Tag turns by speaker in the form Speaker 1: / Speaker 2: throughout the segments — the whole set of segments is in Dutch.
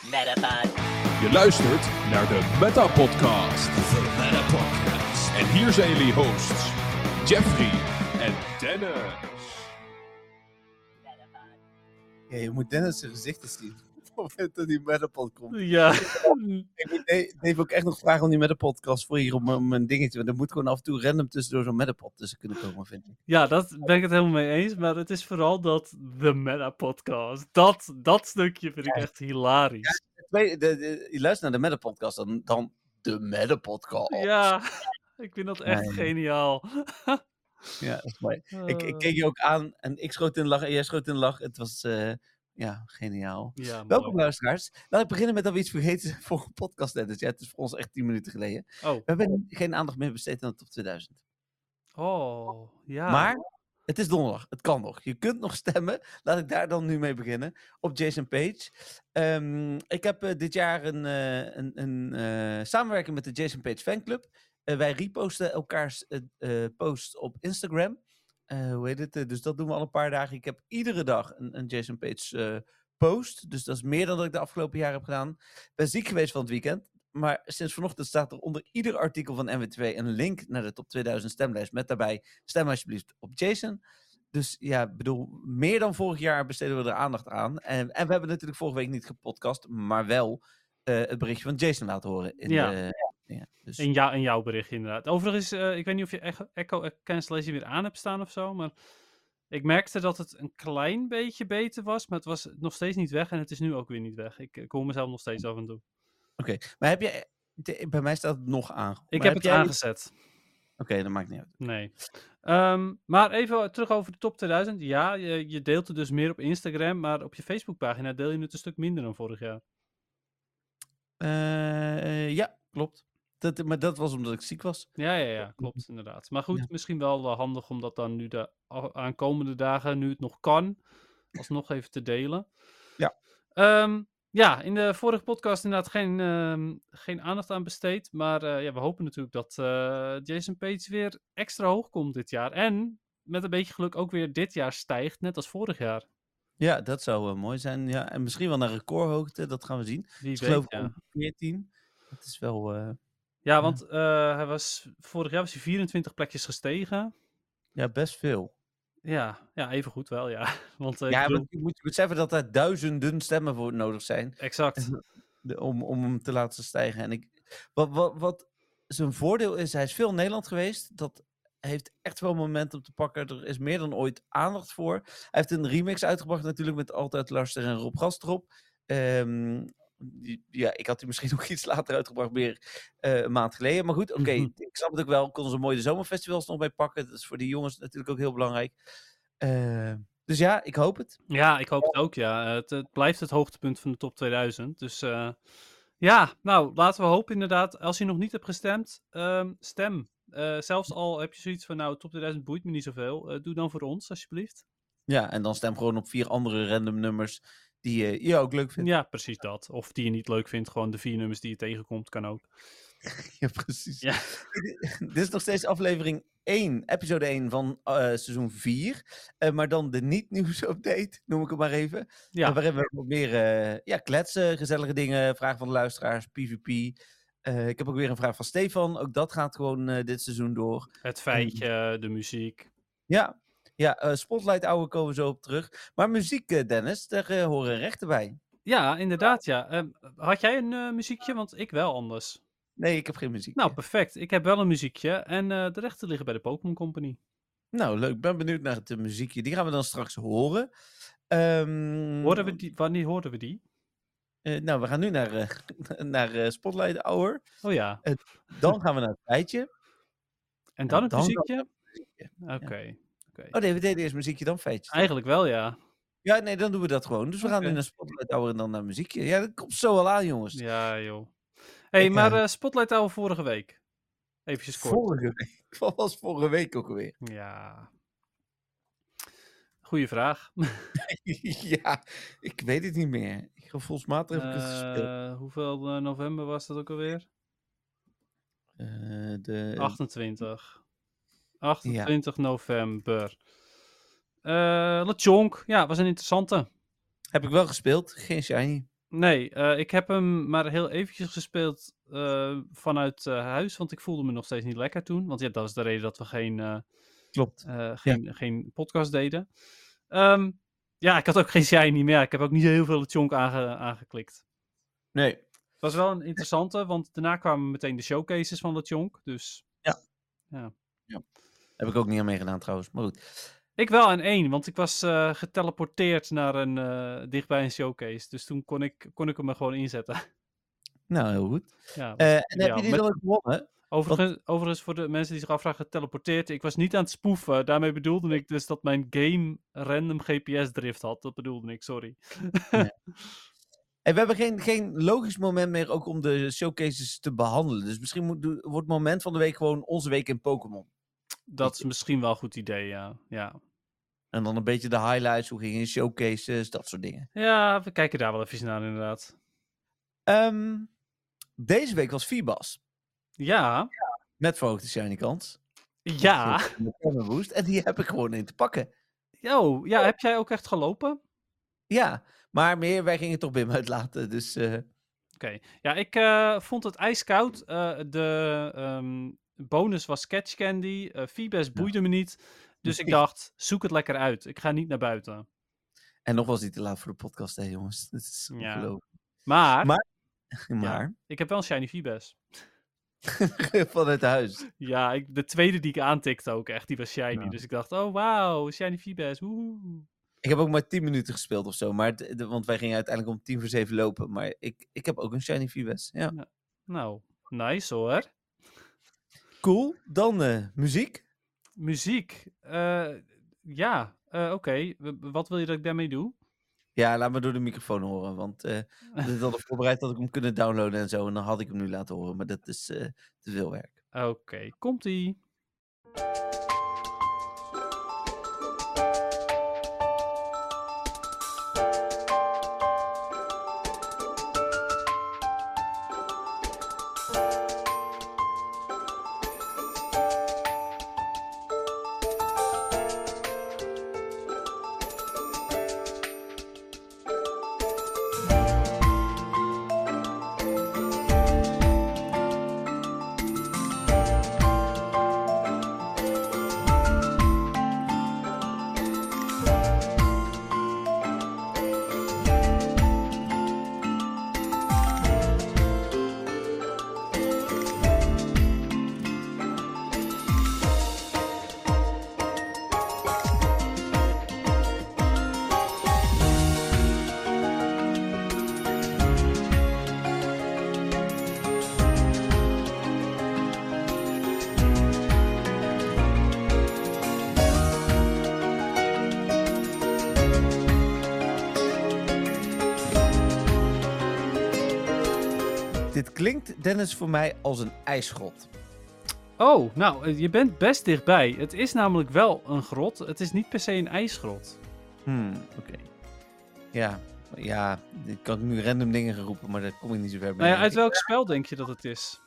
Speaker 1: Metapod.
Speaker 2: Je luistert naar de Meta Podcast.
Speaker 3: The Meta Podcast.
Speaker 2: En hier zijn jullie hosts, Jeffrey en Dennis.
Speaker 4: Ja, je moet Dennis zijn gezicht eens zien. Op het moment dat hij met de podcast komt.
Speaker 5: Ja.
Speaker 4: Ik moet Dave ook echt nog vragen om die met de podcast voor hier op mijn dingetje. Want er moet gewoon af en toe random tussendoor zo'n metapod tussen kunnen komen, vind ik.
Speaker 5: Ja, dat ben ik het helemaal mee eens. Maar het is vooral dat de Meta Podcast. Dat stukje vind ik echt hilarisch.
Speaker 4: Je luistert naar de Meta Podcast, dan de Meta Podcast.
Speaker 5: Ja, ik vind dat echt
Speaker 4: Nee.
Speaker 5: geniaal.
Speaker 4: Ja, dat is mooi. Ik keek je ook aan en ik schoot in de lach en jij schoot in de lach. Het was geniaal.
Speaker 5: Ja,
Speaker 4: Welkom
Speaker 5: mooi.
Speaker 4: luisteraars. Laat ik beginnen met dat we iets vergeten zijn voor een podcast. Dus ja, het is voor ons echt 10 minuten geleden.
Speaker 5: Oh,
Speaker 4: We hebben geen aandacht meer besteed aan de top 2000.
Speaker 5: ja.
Speaker 4: Maar het is donderdag. Het kan nog. Je kunt nog stemmen. Laat ik daar dan nu mee beginnen. Op Jason Page. Ik heb dit jaar een samenwerking met de Jason Page fanclub. Wij reposten elkaars posts op Instagram. Dus dat doen we al een paar dagen. Ik heb iedere dag een Jason Page post. Dus dat is meer dan dat ik de afgelopen jaren heb gedaan. Ik ben ziek geweest van het weekend. Maar sinds vanochtend staat er onder ieder artikel van NW2 een link naar de top 2000 stemlijst. Met daarbij, stem alsjeblieft op Jason. Dus ja, bedoel, meer dan vorig jaar besteden we er aandacht aan. En we hebben natuurlijk vorige week niet gepodcast, maar wel het berichtje van Jason laten horen. Dus.
Speaker 5: In jouw bericht inderdaad. Overigens, ik weet niet of je Echo Cancellation weer aan hebt staan of zo, maar ik merkte dat het een klein beetje beter was, maar het was nog steeds niet weg en het is nu ook weer niet weg. Ik hoor mezelf nog steeds af en toe.
Speaker 4: Oké, maar heb je... Bij mij staat het nog aan.
Speaker 5: Ik
Speaker 4: Maar
Speaker 5: heb het aangezet.
Speaker 4: Oké, dat maakt niet uit.
Speaker 5: Nee. Maar even terug over de top 2000. Ja, je deelt het dus meer op Instagram, maar op je Facebookpagina deel je het een stuk minder dan vorig jaar.
Speaker 4: Ja, klopt. Maar dat was omdat ik ziek was.
Speaker 5: Ja, klopt inderdaad. Maar goed,
Speaker 4: Ja.
Speaker 5: misschien wel handig om dat dan nu de aankomende dagen, nu het nog kan, alsnog even te delen.
Speaker 4: Ja.
Speaker 5: Ja, in de vorige podcast inderdaad geen aandacht aan besteed. Maar we hopen natuurlijk dat Jason Page weer extra hoog komt dit jaar. En met een beetje geluk ook weer dit jaar stijgt, net als vorig jaar.
Speaker 4: Ja, dat zou mooi zijn. Ja. En misschien wel naar recordhoogte, dat gaan we zien.
Speaker 5: Wie
Speaker 4: Ik
Speaker 5: weet,
Speaker 4: geloof
Speaker 5: ja.
Speaker 4: om 14. Dat is wel...
Speaker 5: Ja, want vorig jaar was hij 24 plekjes gestegen.
Speaker 4: Ja, best veel.
Speaker 5: Ja, even goed wel, ja. Want,
Speaker 4: Ja, want je moet beseffen dat er duizenden stemmen voor nodig zijn.
Speaker 5: Exact.
Speaker 4: Om hem te laten stijgen. En wat zijn voordeel is, hij is veel in Nederland geweest. Dat heeft echt wel momenten om te pakken. Er is meer dan ooit aandacht voor. Hij heeft een remix uitgebracht natuurlijk met Altijd Luister en Rob Gast erop. Ik had die misschien nog iets later uitgebracht, meer een maand geleden. Maar goed, oké, ik snap het ook wel. Kon ze mooi de zomerfestivals nog bij pakken. Dat is voor die jongens natuurlijk ook heel belangrijk. Dus ja, ik hoop het.
Speaker 5: Ja, ik hoop het ook, ja. Het blijft het hoogtepunt van de top 2000. Dus nou, laten we hopen inderdaad. Als je nog niet hebt gestemd, stem. Zelfs al heb je zoiets van, nou, top 2000 boeit me niet zoveel. Doe dan voor ons, alsjeblieft.
Speaker 4: Ja, en dan stem gewoon op 4 andere random nummers die je ook leuk vindt.
Speaker 5: Ja, precies dat. Of die je niet leuk vindt, gewoon de 4 nummers die je tegenkomt, kan ook.
Speaker 4: Ja, precies.
Speaker 5: Ja.
Speaker 4: Dit is nog steeds aflevering 1, episode 1 van seizoen 4. Maar dan de niet-nieuws-update, noem ik het maar even.
Speaker 5: Ja.
Speaker 4: Waarin we wat meer kletsen, gezellige dingen, vragen van de luisteraars, PvP. Ik heb ook weer een vraag van Stefan. Ook dat gaat gewoon dit seizoen door.
Speaker 5: Het feitje, de muziek.
Speaker 4: Ja, Spotlight Hour komen we zo op terug. Maar muziek, Dennis, daar horen rechten bij.
Speaker 5: Ja, inderdaad, ja. Had jij een muziekje? Want ik wel anders.
Speaker 4: Nee, ik heb geen muziek.
Speaker 5: Nou, perfect. Ik heb wel een muziekje. En de rechten liggen bij de Pokémon Company.
Speaker 4: Nou, leuk. Ik ben benieuwd naar het muziekje. Die gaan we dan straks horen.
Speaker 5: Wanneer hoorden we die?
Speaker 4: Nou, we gaan nu naar Spotlight Hour.
Speaker 5: Oh ja.
Speaker 4: Dan gaan we naar het feitje.
Speaker 5: En dan het
Speaker 4: dan
Speaker 5: muziekje?
Speaker 4: muziekje.
Speaker 5: Oké.
Speaker 4: Oh nee, we deden eerst muziekje, dan feitje.
Speaker 5: Eigenlijk wel, ja.
Speaker 4: Ja, nee, dan doen we dat gewoon. Dus we gaan nu naar Spotlight Hour en dan naar muziekje. Ja, dat komt zo al aan, jongens.
Speaker 5: Ja, joh. Hey, maar Spotlight Hour vorige week. Eventjes kort.
Speaker 4: Vorige week. Wat was vorige week ook alweer?
Speaker 5: Ja. Goeie vraag.
Speaker 4: Ja, ik weet het niet meer. Gevoelsmatig heb ik het gespeeld.
Speaker 5: Hoeveel november was dat ook alweer? 28. 28 november. LeChonk. Ja, was een interessante.
Speaker 4: Heb ik wel gespeeld. Geen shiny.
Speaker 5: Nee, ik heb hem maar heel eventjes gespeeld vanuit huis, want ik voelde me nog steeds niet lekker toen. Want ja, dat was de reden dat we
Speaker 4: Klopt.
Speaker 5: geen podcast deden. Ja, ik had ook geen shiny meer. Ik heb ook niet heel veel chonk aangeklikt.
Speaker 4: Nee.
Speaker 5: Het was wel een interessante, want daarna kwamen meteen de showcases van de chonk. Dus
Speaker 4: Ja. Heb ik ook niet aan meegedaan trouwens, maar goed.
Speaker 5: ik wel aan 1, want ik was geteleporteerd naar dichtbij een showcase. Dus toen kon ik hem er gewoon inzetten.
Speaker 4: Nou, heel goed.
Speaker 5: Ja,
Speaker 4: En heb je die dan ook gewonnen?
Speaker 5: Overigens, voor de mensen die zich afvragen, geteleporteerd. Ik was niet aan het spoefen. Daarmee bedoelde ik dus dat mijn game random GPS-drift had. Dat bedoelde ik, sorry.
Speaker 4: Nee. En we hebben geen logisch moment meer ook om de showcases te behandelen. Dus misschien wordt het moment van de week gewoon onze week in Pokémon.
Speaker 5: Dat is misschien wel een goed idee, ja.
Speaker 4: En dan een beetje de highlights, hoe gingen je showcases, dat soort dingen.
Speaker 5: Ja, we kijken daar wel even naar inderdaad.
Speaker 4: Deze week was Feebas.
Speaker 5: Ja.
Speaker 4: Met verhoogde shiny kans.
Speaker 5: Ja.
Speaker 4: Boost, en die heb ik gewoon in te pakken.
Speaker 5: Oh, ja, heb jij ook echt gelopen?
Speaker 4: Ja, maar wij gingen toch Bim uitlaten, dus...
Speaker 5: Oké. Ja, ik vond het ijskoud. De bonus was Catch Candy. Feebas boeide me niet. Dus ik dacht, zoek het lekker uit. Ik ga niet naar buiten.
Speaker 4: En nog was niet te laat voor de podcast, hè jongens. Dat is ongelooflijk.
Speaker 5: Maar
Speaker 4: ja,
Speaker 5: ik heb wel een shiny Feebas.
Speaker 4: Vanuit huis.
Speaker 5: Ja, de tweede die ik aantikte ook echt, die was shiny.
Speaker 4: Ja.
Speaker 5: Dus ik dacht, oh wauw, shiny Feebas. Woehoe.
Speaker 4: Ik heb ook maar 10 minuten gespeeld of zo. Maar want wij gingen uiteindelijk om 6:50 lopen. Maar ik heb ook een shiny Feebas. Ja.
Speaker 5: Nou, nice hoor.
Speaker 4: Cool. Dan muziek.
Speaker 5: Muziek. Oké. Wat wil je dat ik daarmee doe?
Speaker 4: Ja, laat me door de microfoon horen. Want ik had voorbereid dat ik hem kunnen downloaden en zo. En dan had ik hem nu laten horen. Maar dat is te veel werk.
Speaker 5: Oké, komt-ie.
Speaker 4: Dit klinkt, Dennis, voor mij als een ijsgrot.
Speaker 5: Oh, nou, je bent best dichtbij. Het is namelijk wel een grot. Het is niet per se een ijsgrot.
Speaker 4: Oké. Ja, ik kan nu random dingen gaan roepen, maar daar kom ik niet zo ver bij.
Speaker 5: Nou ja, uit welk spel denk je dat het is?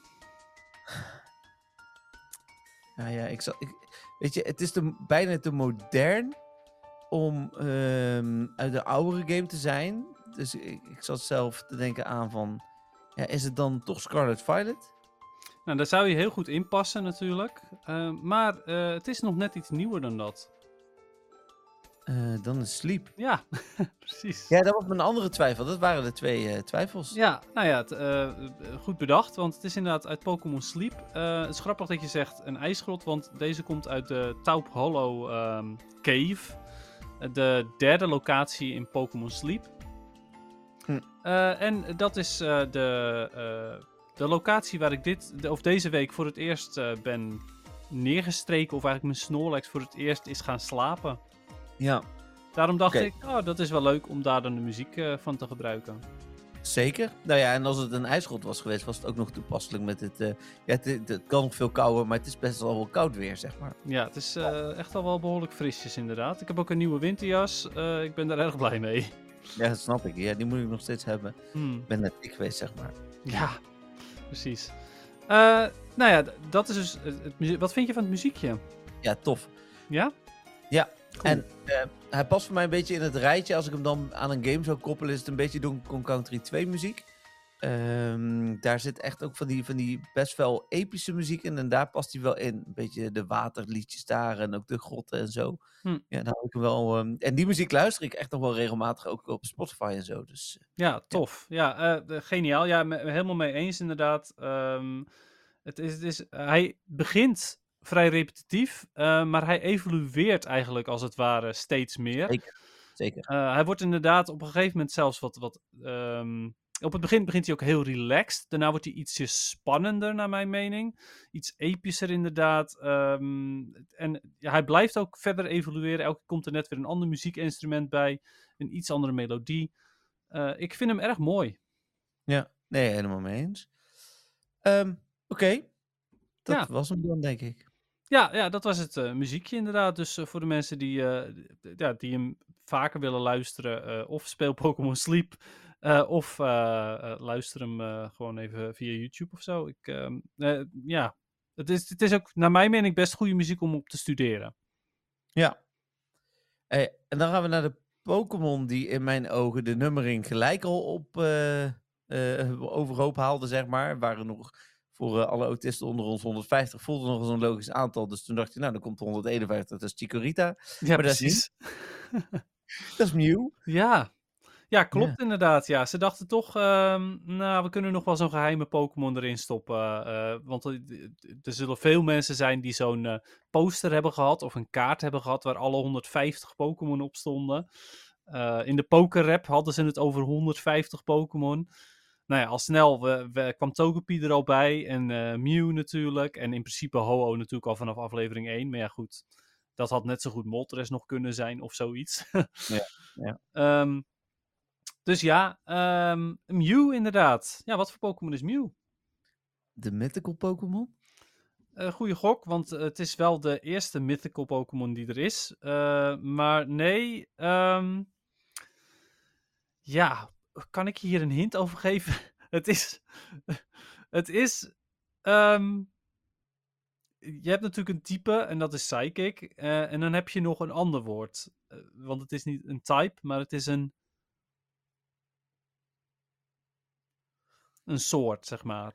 Speaker 4: Ja, weet je, het is bijna te modern om uit de oudere game te zijn. Dus ik zat zelf te denken aan van... Ja, is het dan toch Scarlet Violet?
Speaker 5: Nou, daar zou je heel goed in passen natuurlijk. Maar het is nog net iets nieuwer dan dat.
Speaker 4: Dan is Sleep.
Speaker 5: Ja, precies.
Speaker 4: Ja, dat was mijn andere twijfel. Dat waren de twee twijfels.
Speaker 5: Ja, nou ja, goed bedacht, want het is inderdaad uit Pokémon Sleep. Het is grappig dat je zegt een ijsgrot, want deze komt uit de Taupe Hollow Cave. De derde locatie in Pokémon Sleep. En dat is de locatie waar ik deze week voor het eerst ben neergestreken, of eigenlijk mijn Snorlax voor het eerst is gaan slapen.
Speaker 4: Ja.
Speaker 5: Daarom dacht ik, dat is wel leuk om daar dan de muziek van te gebruiken.
Speaker 4: Zeker. Nou ja, en als het een ijsgrot was geweest, was het ook nog toepasselijk met het... het kan nog veel kouder, maar het is best wel koud weer, zeg maar.
Speaker 5: Ja, het is echt al wel behoorlijk frisjes inderdaad. Ik heb ook een nieuwe winterjas. Ik ben daar erg blij mee.
Speaker 4: Ja, dat snap ik. Ja, die moet ik nog steeds hebben. Ik ben net dik geweest, zeg maar.
Speaker 5: Ja, precies. Nou ja, dat is dus... Wat vind je van het muziekje?
Speaker 4: Ja, tof.
Speaker 5: Ja?
Speaker 4: Ja, En hij past voor mij een beetje in het rijtje. Als ik hem dan aan een game zou koppelen, is het een beetje Donkey Kong Country 2 muziek. Daar zit echt ook van die best wel epische muziek in. En daar past hij wel in. Een beetje de waterliedjes daar en ook de grotten en zo. Ja, daar hou ik hem wel... En die muziek luister ik echt nog wel regelmatig ook op Spotify en zo. Dus,
Speaker 5: Ja, tof. Ja, geniaal. Ja, helemaal mee eens inderdaad. Hij begint vrij repetitief, maar hij evolueert eigenlijk als het ware steeds meer.
Speaker 4: Zeker.
Speaker 5: Hij wordt inderdaad op een gegeven moment zelfs op het begin begint hij ook heel relaxed. Daarna wordt hij ietsje spannender, naar mijn mening. Iets epischer, inderdaad. En ja, hij blijft ook verder evolueren. Elke keer komt er net weer een ander muziekinstrument bij. Een iets andere melodie. Ik vind hem erg mooi.
Speaker 4: Ja, nee, helemaal mee eens. Oké. Dat was hem dan, denk ik.
Speaker 5: Ja, dat was het muziekje inderdaad. Dus voor de mensen die hem vaker willen luisteren, of speel Pokémon Sleep, of luister hem gewoon even via YouTube of zo. Het is ook naar mijn mening best goede muziek om op te studeren.
Speaker 4: Ja. En dan gaan we naar de Pokémon die in mijn ogen de nummering gelijk al overhoop haalde, zeg maar. Waren nog voor alle autisten onder ons 150, voelde nog als een logisch aantal. Dus toen dacht je, nou, dan komt er 151, dat is Chikorita.
Speaker 5: Ja,
Speaker 4: maar
Speaker 5: precies.
Speaker 4: Dat is Mew.
Speaker 5: Ja, klopt inderdaad. Ja, ze dachten toch, we kunnen nog wel zo'n geheime Pokémon erin stoppen. Want er zullen veel mensen zijn die zo'n poster hebben gehad of een kaart hebben gehad waar alle 150 Pokémon op stonden. In de pokerrap hadden ze het over 150 Pokémon. Nou ja, al snel kwam Togepi er al bij en Mew natuurlijk. En in principe Ho-Oh natuurlijk al vanaf aflevering 1. Maar ja, goed, dat had net zo goed Moltres nog kunnen zijn of zoiets.
Speaker 4: Ja.
Speaker 5: Dus ja, Mew inderdaad. Ja, wat voor Pokémon is Mew?
Speaker 4: De mythical Pokémon?
Speaker 5: Goeie gok, want het is wel de eerste mythical Pokémon die er is. Maar nee, ja, kan ik je hier een hint over geven? Je hebt natuurlijk een type en dat is Psychic. En dan heb je nog een ander woord. Want het is niet een type, maar het is een soort, zeg maar.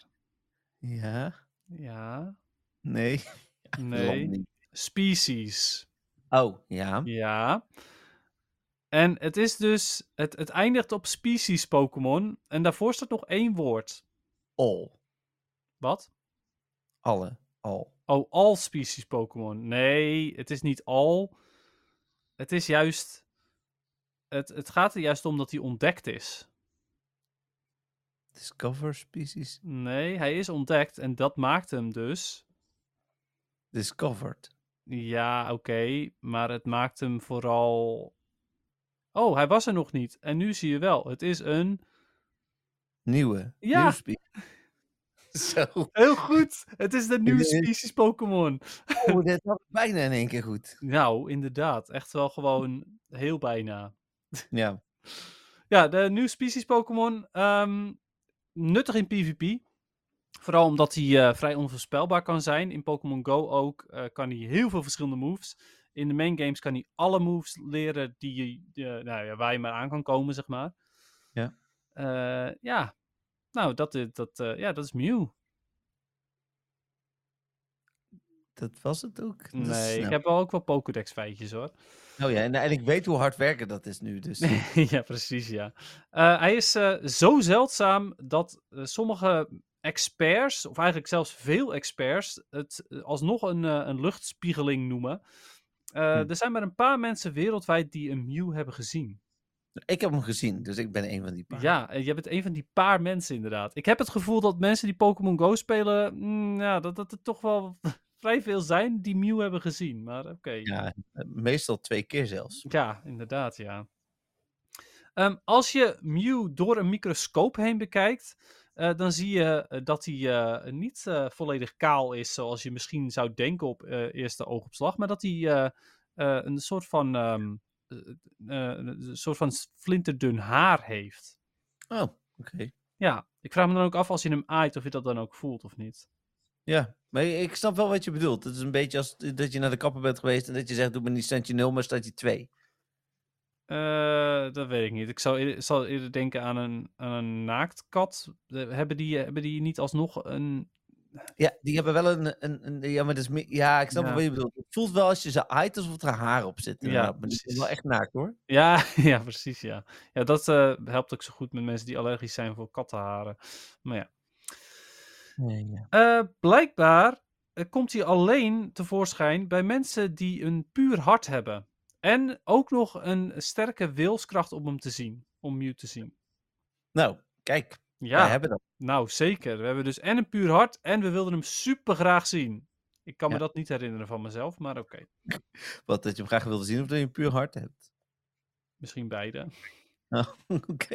Speaker 5: Ja.
Speaker 4: Nee.
Speaker 5: Nee. Species.
Speaker 4: Oh, ja.
Speaker 5: Ja. En het is dus... Het eindigt op species Pokémon. En daarvoor staat nog één woord.
Speaker 4: All.
Speaker 5: Wat?
Speaker 4: Alle. All.
Speaker 5: Oh, all species Pokémon. Nee, het is niet all. Het is juist... Het gaat er juist om dat hij ontdekt is.
Speaker 4: Discover species?
Speaker 5: Nee, hij is ontdekt en dat maakt hem dus...
Speaker 4: Discovered.
Speaker 5: Ja, oké, maar het maakt hem vooral... Oh, hij was er nog niet. En nu zie je wel, het is een...
Speaker 4: Nieuwe.
Speaker 5: Ja!
Speaker 4: Nieuwe species. Zo.
Speaker 5: Heel goed! Het is de nieuwe species Pokémon.
Speaker 4: Oh, dit had ik bijna in één keer goed.
Speaker 5: Nou, inderdaad. Echt wel gewoon heel bijna.
Speaker 4: Ja.
Speaker 5: Ja, de nieuwe species Pokémon. Nuttig in PvP. Vooral omdat hij vrij onvoorspelbaar kan zijn. In Pokémon Go ook kan hij heel veel verschillende moves. In de main games kan hij alle moves leren waar je maar aan kan komen, zeg maar.
Speaker 4: Ja.
Speaker 5: Nou, dat is Mew.
Speaker 4: Dat was het ook.
Speaker 5: Nee, ik heb wel ook wel Pokédex feitjes hoor.
Speaker 4: Oh ja, en ik weet hoe hard werken dat is nu. Dus.
Speaker 5: Ja, precies, ja. Hij is zo zeldzaam dat sommige experts, of eigenlijk zelfs veel experts, het alsnog een luchtspiegeling noemen. Er zijn maar een paar mensen wereldwijd die een Mew hebben gezien.
Speaker 4: Ik heb hem gezien, dus ik ben een van die paar.
Speaker 5: Ja, je bent een van die paar mensen inderdaad. Ik heb het gevoel dat mensen die Pokémon Go spelen, dat er toch wel vrij veel zijn die Mew hebben gezien. Maar oké.
Speaker 4: Ja, meestal 2 keer zelfs.
Speaker 5: Ja, inderdaad, ja. Als je Mew door een microscoop heen bekijkt, dan zie je dat hij niet volledig kaal is, zoals je misschien zou denken op eerste oogopslag, maar dat hij een soort van flinterdun haar heeft.
Speaker 4: Oh, oké.
Speaker 5: Ja, ik vraag me dan ook af als je hem aait of je dat dan ook voelt of niet.
Speaker 4: Ja, maar ik snap wel wat je bedoelt. Het is een beetje als dat je naar de kapper bent geweest en dat je zegt, doe me niet standje 0, maar standje 2.
Speaker 5: Dat weet ik niet. Ik zal eerder denken aan een naaktkat. Hebben die niet alsnog een...
Speaker 4: Ja, die hebben wel ja, maar dat is ja, ik snap wel
Speaker 5: Ja.
Speaker 4: wat je bedoelt. Het voelt wel als je ze aait alsof er haar op zit.
Speaker 5: Ja,
Speaker 4: Inderdaad. Maar die
Speaker 5: precies.
Speaker 4: is wel echt naakt hoor.
Speaker 5: Ja, ja, precies, ja. Ja, dat helpt ook zo goed met mensen die allergisch zijn voor kattenharen. Maar ja.
Speaker 4: Nee, ja.
Speaker 5: Blijkbaar komt hij alleen tevoorschijn bij mensen die een puur hart hebben. En ook nog een sterke wilskracht om hem te zien. Om Mew te zien.
Speaker 4: Nou, kijk. Wij
Speaker 5: Ja,
Speaker 4: hebben dat.
Speaker 5: nou zeker. We hebben dus en een puur hart en we wilden hem super graag zien. Ik kan me
Speaker 4: Ja.
Speaker 5: dat niet herinneren van mezelf, maar oké.
Speaker 4: Wat, dat je hem graag wilde zien of dat je een puur hart hebt?
Speaker 5: Misschien beide.
Speaker 4: Oh, oké.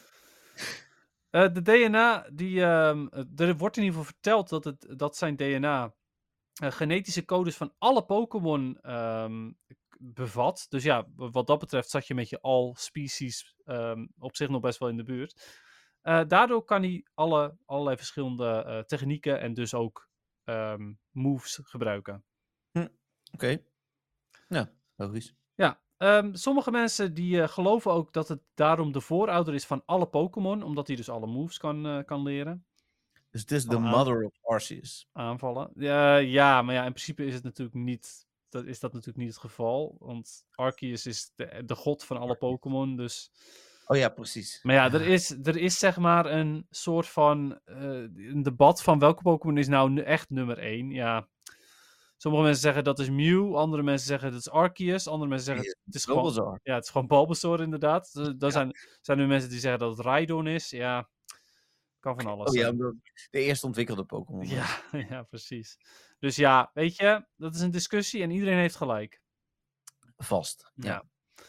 Speaker 5: De DNA, er wordt in ieder geval verteld dat zijn DNA genetische codes van alle Pokémon bevat. Dus ja, wat dat betreft zat je met je all-species op zich nog best wel in de buurt. Daardoor kan hij allerlei verschillende technieken en dus ook moves gebruiken.
Speaker 4: Oké. Nou, logisch.
Speaker 5: Ja, sommige mensen die geloven ook dat het daarom de voorouder is van alle Pokémon, omdat hij dus alle moves kan leren.
Speaker 4: Dus het is de
Speaker 5: Kan
Speaker 4: mother of Arceus.
Speaker 5: aanvallen. Ja, maar ja, in principe is het natuurlijk niet. Is dat natuurlijk niet het geval. Want Arceus is de god van alle Pokémon. Dus.
Speaker 4: Oh ja, precies.
Speaker 5: Maar ja, er is zeg maar een soort van een debat van welke Pokémon is nou echt nummer 1. Ja. Sommige mensen zeggen dat is Mew. Andere mensen zeggen dat is Arceus. Andere mensen zeggen het is gewoon.
Speaker 4: Bulbasaur.
Speaker 5: Ja, het is gewoon Bulbasaur inderdaad. Er zijn nu mensen die zeggen dat het Rhydon is. Ja. Kan van alles
Speaker 4: Oh ja,
Speaker 5: zijn.
Speaker 4: omdat de eerste ontwikkelde Pokémon.
Speaker 5: Ja, ja, precies. Dus ja, weet je, dat is een discussie en iedereen heeft gelijk.
Speaker 4: Vast.
Speaker 5: Ja.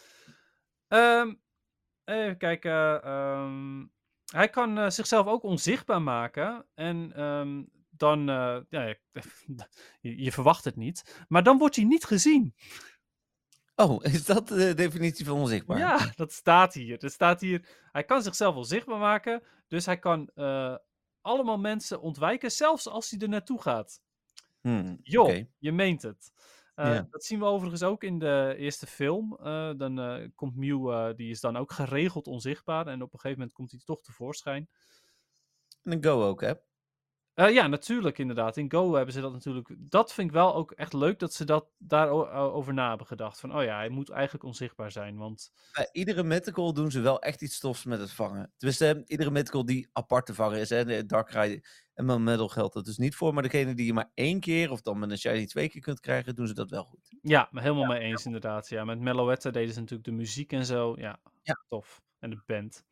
Speaker 5: Even kijken. Hij kan zichzelf ook onzichtbaar maken. En dan, ja, je verwacht het niet. Maar dan wordt hij niet gezien.
Speaker 4: Oh, is dat de definitie van onzichtbaar?
Speaker 5: Ja, dat staat hier. Er staat hier, hij kan zichzelf onzichtbaar maken. Dus hij kan allemaal mensen ontwijken, zelfs als hij er naartoe gaat. Joh,
Speaker 4: oké.
Speaker 5: je meent het.
Speaker 4: Ja.
Speaker 5: Dat zien we overigens ook in de eerste film. Dan komt Mew, die is dan ook geregeld onzichtbaar. En op een gegeven moment komt hij toch tevoorschijn.
Speaker 4: En een Go ook, hè?
Speaker 5: Ja, natuurlijk inderdaad. In Go hebben ze dat natuurlijk. Dat vind ik wel ook echt leuk dat ze daarover na hebben gedacht. Van, oh ja, hij moet eigenlijk onzichtbaar zijn. Want
Speaker 4: Bij iedere mythical doen ze wel echt iets stofs met het vangen. Tenminste, iedere mythical die apart te vangen is. Hè? De Darkrai en Melmetal geldt dat dus niet voor. Maar degene die je maar 1 keer of dan met een shiny 2 keer kunt krijgen, doen ze dat wel goed.
Speaker 5: ja, helemaal mee eens inderdaad. Ja, met Meloetta deden ze natuurlijk de muziek en zo. Ja, tof. En de band.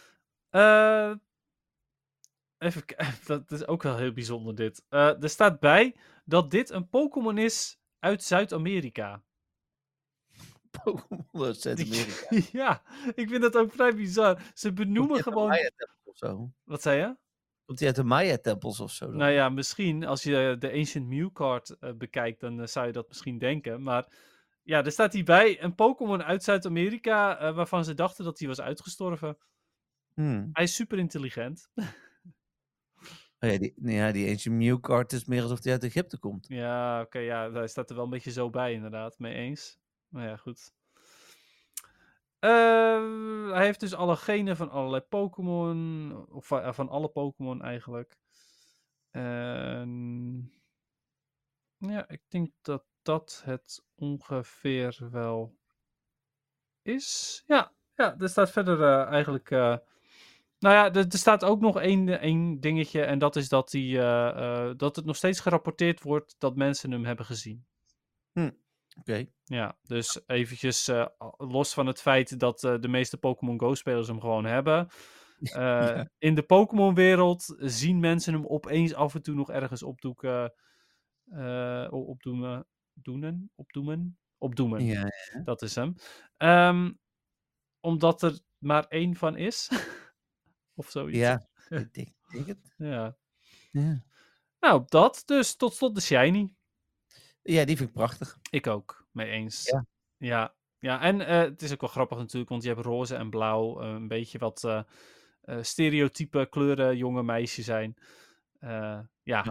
Speaker 5: Even kijken, dat is ook wel heel bijzonder dit. Er staat bij dat dit een Pokémon is uit Zuid-Amerika.
Speaker 4: Pokémon uit Zuid-Amerika.
Speaker 5: Ja, ik vind dat ook vrij bizar. Ze benoemen gewoon...
Speaker 4: Of zo.
Speaker 5: Wat zei je?
Speaker 4: Komt hij uit de Maya-tempels of zo? Dan?
Speaker 5: Nou ja, misschien. Als je de Ancient Mew card bekijkt, dan zou je dat misschien denken. Maar ja, er staat hierbij een Pokémon uit Zuid-Amerika waarvan ze dachten dat hij was uitgestorven. Hij is super intelligent.
Speaker 4: Oh ja, die Ancient Mew card is meer alsof hij uit Egypte komt.
Speaker 5: Ja, oké, ja, hij staat er wel een beetje zo bij inderdaad, mee eens. Maar ja, goed. Hij heeft dus alle genen van allerlei Pokémon, of van alle Pokémon eigenlijk. Ja, ik denk dat dat het ongeveer wel is. Ja, er staat verder eigenlijk... Nou ja, er staat ook nog één dingetje. En dat is dat het nog steeds gerapporteerd wordt dat mensen hem hebben gezien.
Speaker 4: Oké.
Speaker 5: Ja, dus eventjes los van het feit dat de meeste Pokémon Go-spelers hem gewoon hebben. In de Pokémon-wereld zien mensen hem opeens af en toe nog ergens opdoemen.
Speaker 4: Ja.
Speaker 5: Dat is hem. Omdat er maar 1 van is. Of zoiets.
Speaker 4: Ja, ik denk het.
Speaker 5: Ja.
Speaker 4: Ja.
Speaker 5: Nou, dat. Dus tot slot de Shiny.
Speaker 4: Ja, die vind ik prachtig.
Speaker 5: Ik ook, mee eens.
Speaker 4: Ja.
Speaker 5: Ja, en het is ook wel grappig natuurlijk, want je hebt roze en blauw. Een beetje wat stereotype kleuren jonge meisjes zijn. Ja.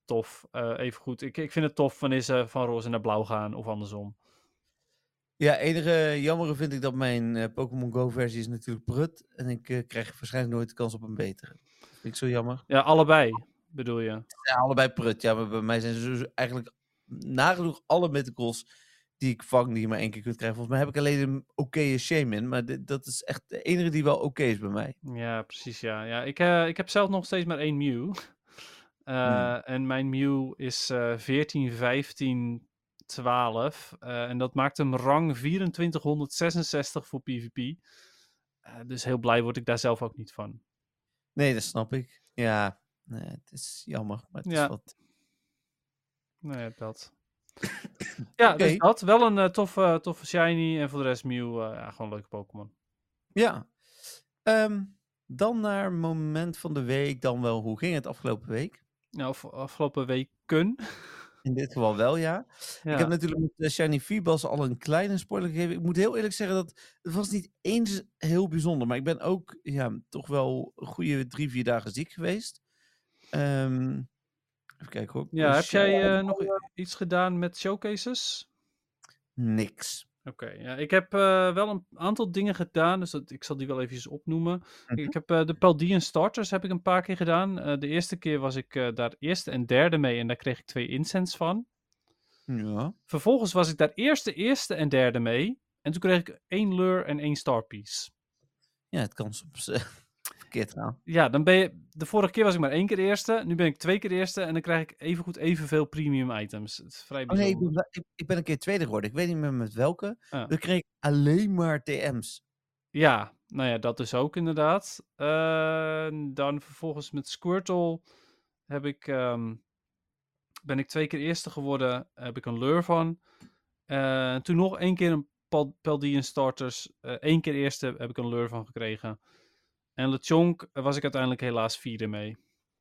Speaker 5: tof. Even goed. Ik vind het tof wanneer ze van roze naar blauw gaan of andersom.
Speaker 4: Ja, enige jammere vind ik dat mijn Pokémon Go versie is natuurlijk prut. En ik krijg waarschijnlijk nooit de kans op een betere. Dat vind ik zo jammer.
Speaker 5: Ja, allebei bedoel je.
Speaker 4: Ja, allebei prut. Ja, maar bij mij zijn ze dus eigenlijk nagenoeg alle mythicals die ik vang, die je maar één keer kunt krijgen. Volgens mij heb ik alleen een oké Shaman, maar dat is echt de enige die wel oké is bij mij.
Speaker 5: Ja, precies. Ja. Ik heb zelf nog steeds maar 1 Mew. En mijn Mew is 14, 15, 12. En dat maakt hem rang 2466 voor PvP. Dus heel blij word ik daar zelf ook niet van.
Speaker 4: Nee, dat snap ik. Ja, nee, het is jammer, maar het is
Speaker 5: Ja.
Speaker 4: wat...
Speaker 5: Nou ja, dat. Ja,
Speaker 4: Oké.
Speaker 5: dus dat. Wel een toffe shiny. En voor de rest Mew, gewoon leuke Pokémon.
Speaker 4: Ja. Dan naar moment van de week. Dan wel, hoe ging het afgelopen week?
Speaker 5: Nou, afgelopen weken.
Speaker 4: In dit geval wel, ja.
Speaker 5: Ja.
Speaker 4: Ik heb natuurlijk met Shiny Feebas al een kleine spoiler gegeven. Ik moet heel eerlijk zeggen dat het was niet eens heel bijzonder. Maar ik ben ook toch wel een goede 3-4 dagen ziek geweest. Even kijken hoor.
Speaker 5: Ja, heb jij nog iets gedaan met showcases?
Speaker 4: Niks.
Speaker 5: Oké, ja, ik heb wel een aantal dingen gedaan, dus ik zal die wel eventjes opnoemen. Ik heb de Paldean Starters heb ik een paar keer gedaan. De eerste keer was ik daar eerste en derde mee en daar kreeg ik 2 incense van.
Speaker 4: Ja.
Speaker 5: Vervolgens was ik daar eerste en derde mee en toen kreeg ik 1 lure en 1 star piece.
Speaker 4: Ja, het kan soms verkeerd gaan.
Speaker 5: Ja, dan ben je... De vorige keer was ik maar 1 keer eerste, nu ben ik 2 keer eerste en dan krijg ik evenveel premium items. Het is vrij
Speaker 4: Oh nee,
Speaker 5: bijzonder.
Speaker 4: ik ben een keer tweede geworden. Ik weet niet meer met welke.
Speaker 5: Ah.
Speaker 4: Dan kreeg ik alleen maar TM's.
Speaker 5: Ja, nou ja, dat dus ook inderdaad. Dan vervolgens met Squirtle ben ik 2 keer eerste geworden. Heb ik een lure van. Toen nog 1 keer een Paldean Starters. 1 keer eerste heb ik een lure van gekregen. En Lechonk was ik uiteindelijk helaas 4e mee.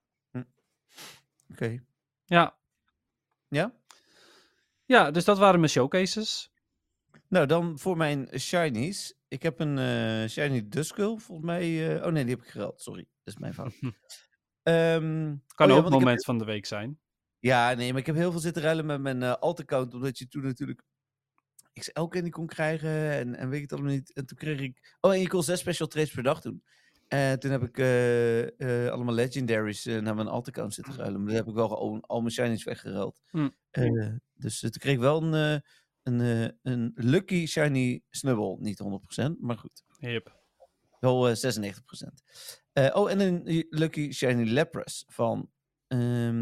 Speaker 4: Oké.
Speaker 5: Ja.
Speaker 4: Ja?
Speaker 5: Ja, dus dat waren mijn showcases.
Speaker 4: Nou, dan voor mijn shinies. Ik heb een shiny Duskull, volgens mij. Oh nee, die heb ik geruild. Sorry, dat is mijn fout.
Speaker 5: Kan ook
Speaker 4: want ik heb-
Speaker 5: moment van de week zijn.
Speaker 4: Ja, nee, maar ik heb heel veel zitten ruilen met mijn alt-account. Omdat je toen natuurlijk XL candy kon krijgen. En weet ik het allemaal niet. En toen kreeg ik... Oh, en je kon 6 special trades per dag doen. En toen heb ik allemaal legendaries naar mijn alt-account zitten ruilen. Maar dat heb ik wel al mijn shinies weggeruild. Dus toen kreeg ik wel een lucky shiny Snubbull. Niet 100%, maar goed.
Speaker 5: Yep.
Speaker 4: Wel 96%. En een lucky shiny Lapras van 94%.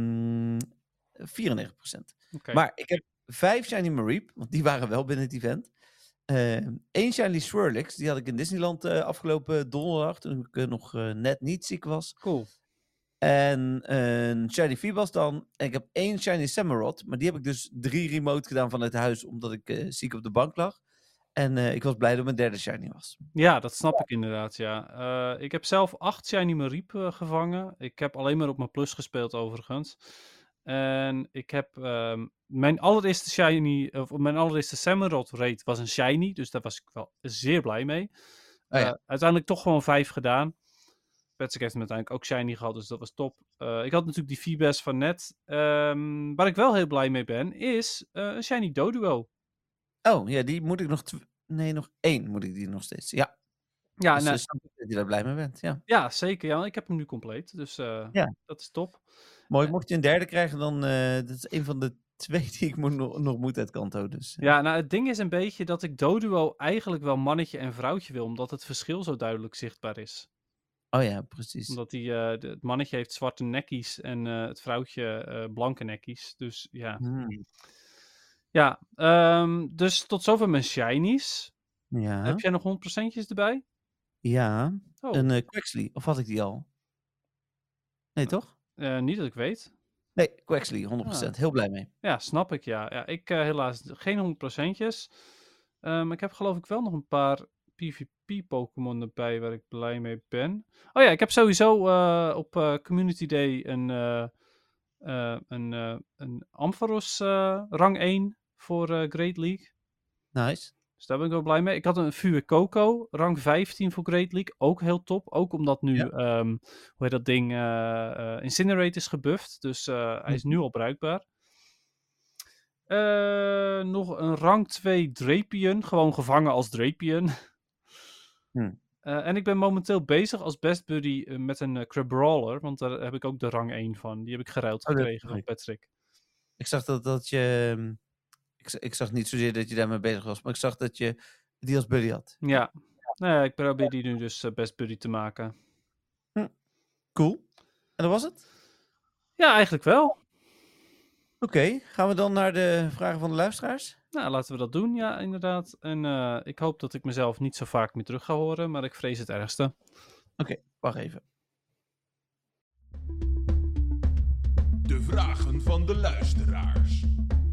Speaker 5: Okay.
Speaker 4: Maar ik heb 5 shiny Mareep, want die waren wel binnen het event. 1 shiny Swirlix, die had ik in Disneyland afgelopen donderdag, toen ik nog net niet ziek was.
Speaker 5: Cool.
Speaker 4: En een shiny Feebas dan. En ik heb 1 shiny Samurott, maar die heb ik dus 3 remote gedaan vanuit huis, omdat ik ziek op de bank lag. En ik was blij dat mijn derde shiny was.
Speaker 5: Ja, dat snap ik inderdaad, ja. Ik heb zelf 8 shiny Mareep gevangen. Ik heb alleen maar op mijn plus gespeeld overigens. En ik heb mijn allereerste Samurott raid was een shiny, dus daar was ik wel zeer blij mee. Uiteindelijk toch gewoon 5 gedaan. Petsik heeft hem uiteindelijk ook shiny gehad, dus dat was top. Ik had natuurlijk die Feebas van net. Waar ik wel heel blij mee ben, is een shiny Doduo.
Speaker 4: Oh, ja, die moet ik nog... nog 1 moet ik die nog steeds. Ja.
Speaker 5: Ja,
Speaker 4: dus snap ik dat je daar blij mee bent, ja.
Speaker 5: Ja, zeker. Ja, ik heb hem nu compleet, dus dat is top.
Speaker 4: Mooi, mocht je een derde krijgen, dan dat is een van de 2 die ik nog moet uit Kanto. Dus,
Speaker 5: Ja, nou het ding is een beetje dat ik Doduo eigenlijk wel mannetje en vrouwtje wil, omdat het verschil zo duidelijk zichtbaar is.
Speaker 4: Oh ja, precies.
Speaker 5: Omdat het mannetje heeft zwarte nekkies en het vrouwtje blanke nekkies. Dus ja. Ja, dus tot zover mijn shinies.
Speaker 4: Ja.
Speaker 5: Heb jij nog 100%'jes erbij?
Speaker 4: Ja,
Speaker 5: Oh.
Speaker 4: een Quaxly. Of had ik die al? Nee, toch?
Speaker 5: Niet dat ik weet.
Speaker 4: Nee, Quaxly, 100%. Heel blij mee.
Speaker 5: Ja, snap ik, ja. Ik helaas geen 100%'jes. Ik heb geloof ik wel nog een paar PvP-Pokémon erbij waar ik blij mee ben. Oh ja, ik heb sowieso op Community Day een Ampharos rang 1 voor Great League.
Speaker 4: Nice.
Speaker 5: Dus daar ben ik wel blij mee. Ik had een Fue Coco, rang 15 voor Great League. Ook heel top. Ook omdat nu, hoe heet dat ding, Incinerate is gebufft. Dus hij is nu al bruikbaar. Nog een rang 2 Drapion. Gewoon gevangen als Drapion. En ik ben momenteel bezig als best buddy met een Crabrawler. Want daar heb ik ook de rang 1 van. Die heb ik geruild gekregen van Patrick.
Speaker 4: Ik zag dat je... Ik zag niet zozeer dat je daarmee bezig was, maar ik zag dat je die als buddy had.
Speaker 5: Ja. Ik probeer die nu dus best buddy te maken.
Speaker 4: Cool. En dat was het?
Speaker 5: Ja, eigenlijk wel.
Speaker 4: Oké, gaan we dan naar de vragen van de luisteraars?
Speaker 5: Nou, laten we dat doen, ja, inderdaad. En ik hoop dat ik mezelf niet zo vaak meer terug ga horen, maar ik vrees het ergste.
Speaker 4: Oké, wacht even.
Speaker 2: De vragen van de luisteraars.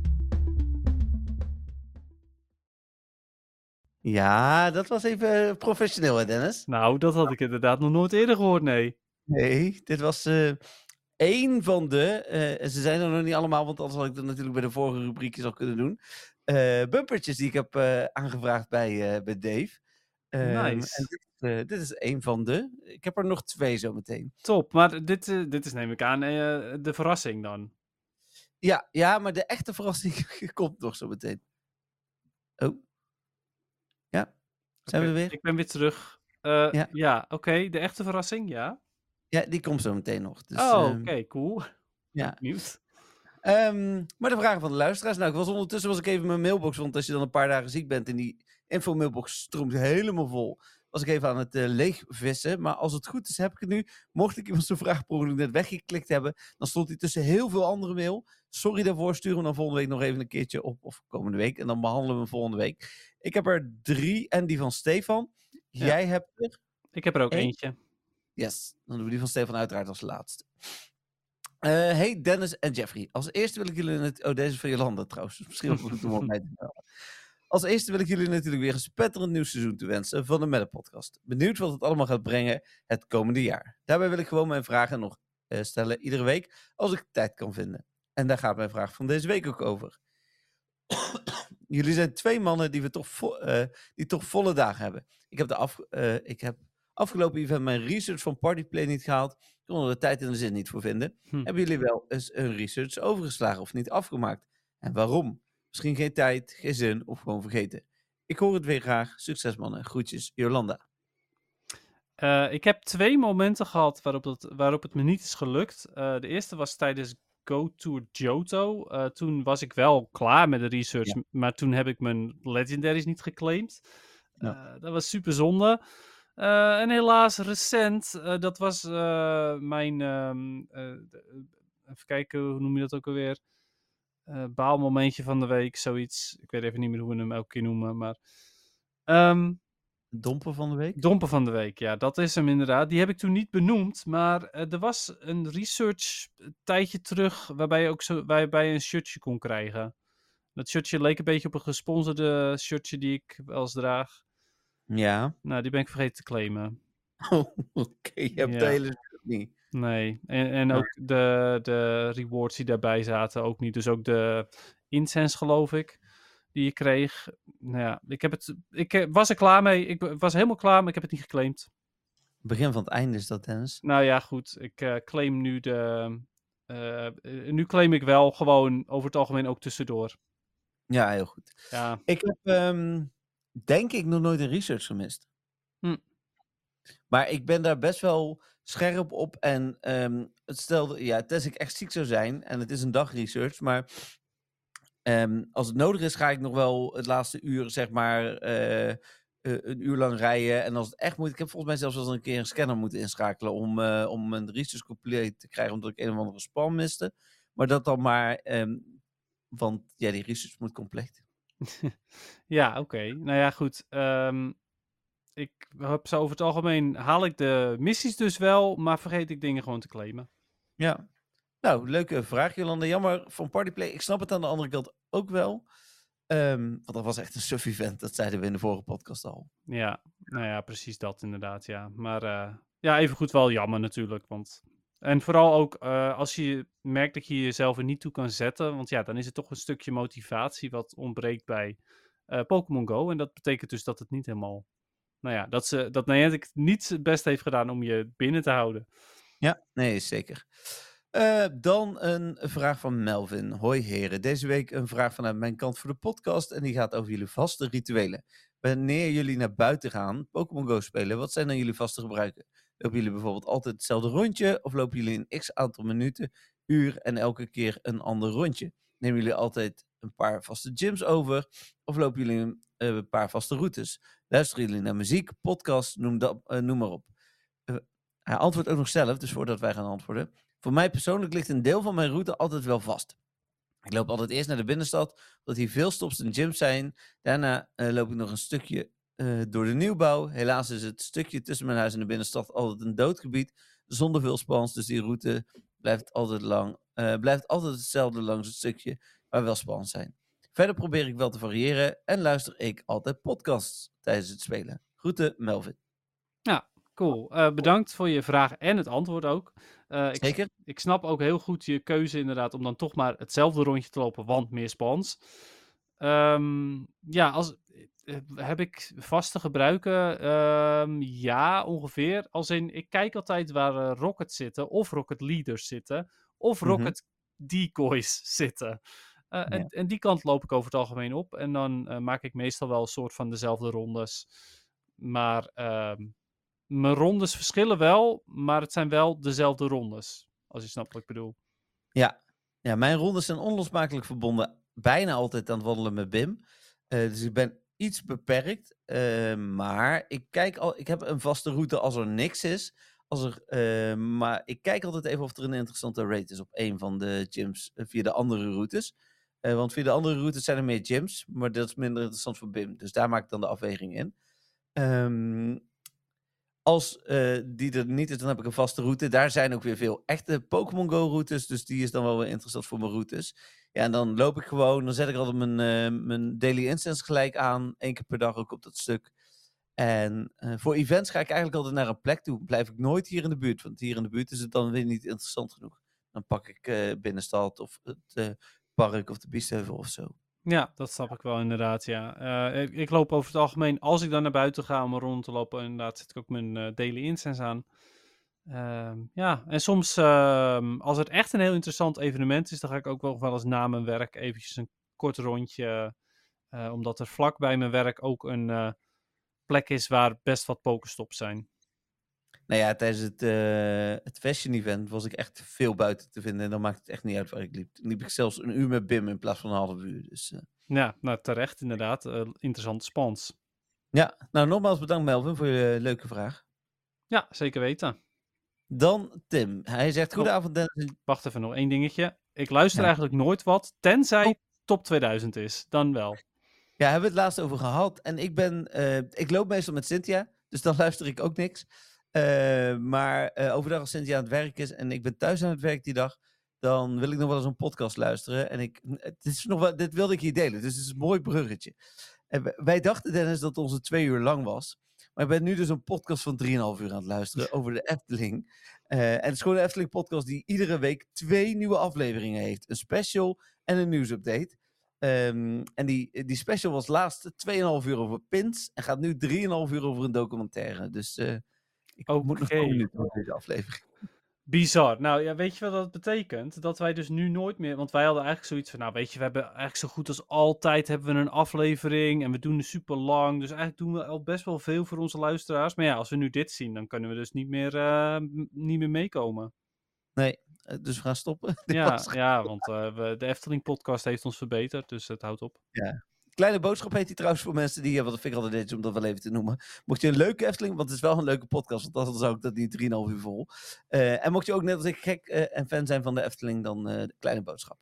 Speaker 4: Ja, dat was even professioneel, hè, Dennis?
Speaker 5: Nou, dat had ik inderdaad nog nooit eerder gehoord, nee.
Speaker 4: Nee, dit was één van de... ze zijn er nog niet allemaal, want anders had ik dat natuurlijk bij de vorige rubriekjes al kunnen doen. Bumpertjes die ik heb aangevraagd bij Dave.
Speaker 5: Nice.
Speaker 4: En dit is één van de. Ik heb er nog 2 zometeen.
Speaker 5: Top, maar dit is neem ik aan de verrassing dan.
Speaker 4: Ja, maar de echte verrassing komt nog zometeen. Oh. Ja, zijn we er weer?
Speaker 5: Ik ben weer terug. Ja, oké, de echte verrassing, ja.
Speaker 4: Ja, die komt zo meteen nog. Dus,
Speaker 5: oké, cool.
Speaker 4: Ja.
Speaker 5: Benieuwd.
Speaker 4: Maar de vragen van de luisteraars. Nou, ondertussen was ik even mijn mailbox, want als je dan een paar dagen ziek bent en die info-mailbox stroomt helemaal vol, was ik even aan het leegvissen. Maar als het goed is, heb ik het nu. Mocht ik iemand zijn vraag per ongeluk net weggeklikt hebben, dan stond hij tussen heel veel andere mail. Sorry daarvoor, sturen we dan volgende week nog even een keertje op, of komende week. En dan behandelen we hem volgende week. Ik heb er 3 en die van Stefan.
Speaker 5: Ja.
Speaker 4: Jij hebt er...
Speaker 5: Ik heb er ook
Speaker 4: 1.
Speaker 5: eentje.
Speaker 4: Yes, dan doen we die van Stefan uiteraard als laatste. Hey Dennis en Jeffrey. Als eerste wil ik jullie... deze is van Jolanda trouwens. Misschien ook goed om op mij te melden. Als eerste wil ik jullie natuurlijk weer een spetterend nieuw seizoen toewensen van de Melle Podcast. Benieuwd wat het allemaal gaat brengen het komende jaar. Daarbij wil ik gewoon mijn vragen nog stellen iedere week als ik tijd kan vinden. En daar gaat mijn vraag van deze week ook over. Jullie zijn 2 mannen die toch volle dagen hebben. Ik heb afgelopen event mijn research van Partyplay niet gehaald. Ik kon er de tijd en de zin niet voor vinden. Hebben jullie wel eens een research overgeslagen of niet afgemaakt? En waarom? Misschien geen tijd, geen zin of gewoon vergeten. Ik hoor het weer graag. Succes mannen. Groetjes, Jolanda.
Speaker 5: Ik heb 2 momenten gehad waarop het me niet is gelukt. De eerste was tijdens Go Tour Johto. Toen was ik wel klaar met de research, maar toen heb ik mijn legendaries niet geclaimd. Dat was super zonde. En helaas recent, dat was mijn... even kijken, hoe noem je dat ook alweer? Baalmomentje van de week, zoiets. Ik weet even niet meer hoe we hem elke keer noemen, maar...
Speaker 4: Domper van de week?
Speaker 5: Domper van de week, ja, dat is hem inderdaad. Die heb ik toen niet benoemd, maar er was een research tijdje terug waarbij je een shirtje kon krijgen. Dat shirtje leek een beetje op een gesponsorde shirtje die ik wel eens draag.
Speaker 4: Ja.
Speaker 5: Nou, die ben ik vergeten te claimen.
Speaker 4: Oh, oké. Je hebt de hele shirt niet.
Speaker 5: Nee, en ook de rewards die daarbij zaten ook niet. Dus ook de incense, geloof ik, die je kreeg. Nou ja, ik was er klaar mee. Ik was helemaal klaar, maar ik heb het niet geclaimd.
Speaker 4: Begin van het einde is dat, Dennis.
Speaker 5: Nou ja, goed. Ik claim nu nu claim ik wel gewoon over het algemeen ook tussendoor.
Speaker 4: Ja, heel goed.
Speaker 5: Ja.
Speaker 4: Ik heb denk ik nog nooit een research gemist. Maar ik ben daar best wel scherp op. En tenzij ik echt ziek zou zijn. En het is een dagresearch. Maar als het nodig is, ga ik nog wel het laatste uur, zeg maar, een uur lang rijden. En als het echt moet, ik heb volgens mij zelfs wel eens een keer een scanner moeten inschakelen om mijn research compleet te krijgen, omdat ik een of andere spam miste. Maar dat dan maar, want ja, die research moet compleet.
Speaker 5: Ja, oké. Nou ja, goed. Ik heb zo over het algemeen, haal ik de missies dus wel, maar vergeet ik dingen gewoon te claimen.
Speaker 4: Ja. Nou, leuke vraag, Jolanda. Jammer van Partyplay. Ik snap het aan de andere kant ook wel. Want dat was echt een suf event. Dat zeiden we in de vorige podcast al.
Speaker 5: Ja, nou ja, precies dat inderdaad, ja. Maar ja, evengoed wel jammer natuurlijk. En vooral ook als je merkt dat je jezelf er niet toe kan zetten. Want ja, dan is het toch een stukje motivatie wat ontbreekt bij Pokémon Go. En dat betekent dus dat het niet helemaal... Nou ja, dat Niantic niet het best heeft gedaan om je binnen te houden.
Speaker 4: Ja, nee, zeker. Dan een vraag van Melvin. Hoi heren, deze week een vraag vanuit mijn kant voor de podcast en die gaat over jullie vaste rituelen. Wanneer jullie naar buiten gaan, Pokémon Go spelen, wat zijn dan jullie vaste gebruiken? Lopen jullie bijvoorbeeld altijd hetzelfde rondje of lopen jullie een x aantal minuten, uur en elke keer een ander rondje? Nemen jullie altijd een paar vaste gyms over of lopen jullie een paar vaste routes? Luisteren jullie naar muziek, podcast, noem maar op. Hij antwoordt ook nog zelf, dus voordat wij gaan antwoorden. Voor mij persoonlijk ligt een deel van mijn route altijd wel vast. Ik loop altijd eerst naar de binnenstad, omdat hier veel stops en gyms zijn. Daarna loop ik nog een stukje door de nieuwbouw. Helaas is het stukje tussen mijn huis en de binnenstad altijd een doodgebied, zonder veel spans. Dus die route blijft altijd hetzelfde langs het stukje waar wel spans zijn. Verder probeer ik wel te variëren en luister ik altijd podcasts tijdens het spelen. Groeten, Melvin.
Speaker 5: Cool. Bedankt voor je vraag en het antwoord ook.
Speaker 4: Zeker.
Speaker 5: Ik snap ook heel goed je keuze inderdaad om dan toch maar hetzelfde rondje te lopen, want meer spans. Heb ik vaste gebruiken? Ja, ongeveer. Als in, ik kijk altijd waar rockets zitten, of rocket leaders zitten, of rocket decoys zitten. En die kant loop ik over het algemeen op. En dan maak ik meestal wel een soort van dezelfde rondes. Maar mijn rondes verschillen wel, maar het zijn wel dezelfde rondes. Als je snapt wat ik bedoel.
Speaker 4: Ja, mijn rondes zijn onlosmakelijk verbonden bijna altijd aan het wandelen met Bim. Dus ik ben iets beperkt. Maar ik heb een vaste route als er niks is. Maar ik kijk altijd even of er een interessante rate is op een van de gyms via de andere routes. Want via de andere routes zijn er meer gyms, maar dat is minder interessant voor Bim. Dus daar maak ik dan de afweging in. Als die er niet is, dan heb ik een vaste route. Daar zijn ook weer veel echte Pokémon Go routes. Dus die is dan wel weer interessant voor mijn routes. Ja, en dan loop ik gewoon. Dan zet ik altijd mijn Daily Instance gelijk aan. 1 keer per dag ook op dat stuk. En voor events ga ik eigenlijk altijd naar een plek toe. Blijf ik nooit hier in de buurt. Want hier in de buurt is het dan weer niet interessant genoeg. Dan pak ik binnenstad of het park of de Biesheuvel of zo.
Speaker 5: Ja, dat snap ik wel inderdaad, ja. Ik loop over het algemeen, als ik dan naar buiten ga om rond te lopen, inderdaad zet ik ook mijn Daily Instance aan. En soms, als het echt een heel interessant evenement is, dan ga ik ook wel eens na mijn werk eventjes een kort rondje, omdat er vlak bij mijn werk ook een plek is waar best wat pokestops zijn.
Speaker 4: Nou ja, tijdens het fashion event was ik echt veel buiten te vinden. En dan maakt het echt niet uit waar ik liep. Dan liep ik zelfs een uur met Bim in plaats van een half uur. Dus,
Speaker 5: Ja, nou terecht inderdaad. Interessante spans.
Speaker 4: Ja, nou nogmaals bedankt Melvin voor je leuke vraag.
Speaker 5: Ja, zeker weten.
Speaker 4: Dan Tim. Hij zegt, goedenavond Dennis.
Speaker 5: Wacht even, nog 1 dingetje. Ik luister eigenlijk nooit wat, tenzij top 2000 is. Dan wel.
Speaker 4: Ja, hebben we het laatst over gehad. En ik loop meestal met Cynthia, dus dan luister ik ook niks. Maar overdag als Cynthia aan het werk is en ik ben thuis aan het werk die dag, dan wil ik nog wel eens een podcast luisteren. En dit wilde ik hier delen, dus het is een mooi bruggetje. Wij dachten, Dennis, dat het onze 2 uur lang was. Maar ik ben nu dus een podcast van 3,5 uur aan het luisteren over de Efteling. En het is gewoon een Efteling podcast die iedere week 2 nieuwe afleveringen heeft. Een special en een nieuwsupdate. En die special was laatst 2,5 uur over pins en gaat nu 3,5 uur over een documentaire. Dus ik moet nog komen nu voor deze aflevering.
Speaker 5: Bizar. Nou ja, weet je wat dat betekent? Dat wij dus nu nooit meer... Want wij hadden eigenlijk zoiets van... Nou weet je, we hebben eigenlijk zo goed als altijd hebben we een aflevering. En we doen het super lang. Dus eigenlijk doen we al best wel veel voor onze luisteraars. Maar ja, als we nu dit zien, dan kunnen we dus niet meer meekomen.
Speaker 4: Nee, dus we gaan stoppen.
Speaker 5: Ja, want de Efteling podcast heeft ons verbeterd. Dus het houdt op.
Speaker 4: Ja. Kleine boodschap heet die trouwens voor mensen die... Wat vind ik altijd netjes om dat wel even te noemen. Mocht je een leuke Efteling... Want het is wel een leuke podcast. Want anders zou ik dat niet 3,5 uur vol. En mocht je ook net als ik gek en fan zijn van de Efteling... Dan de kleine boodschap.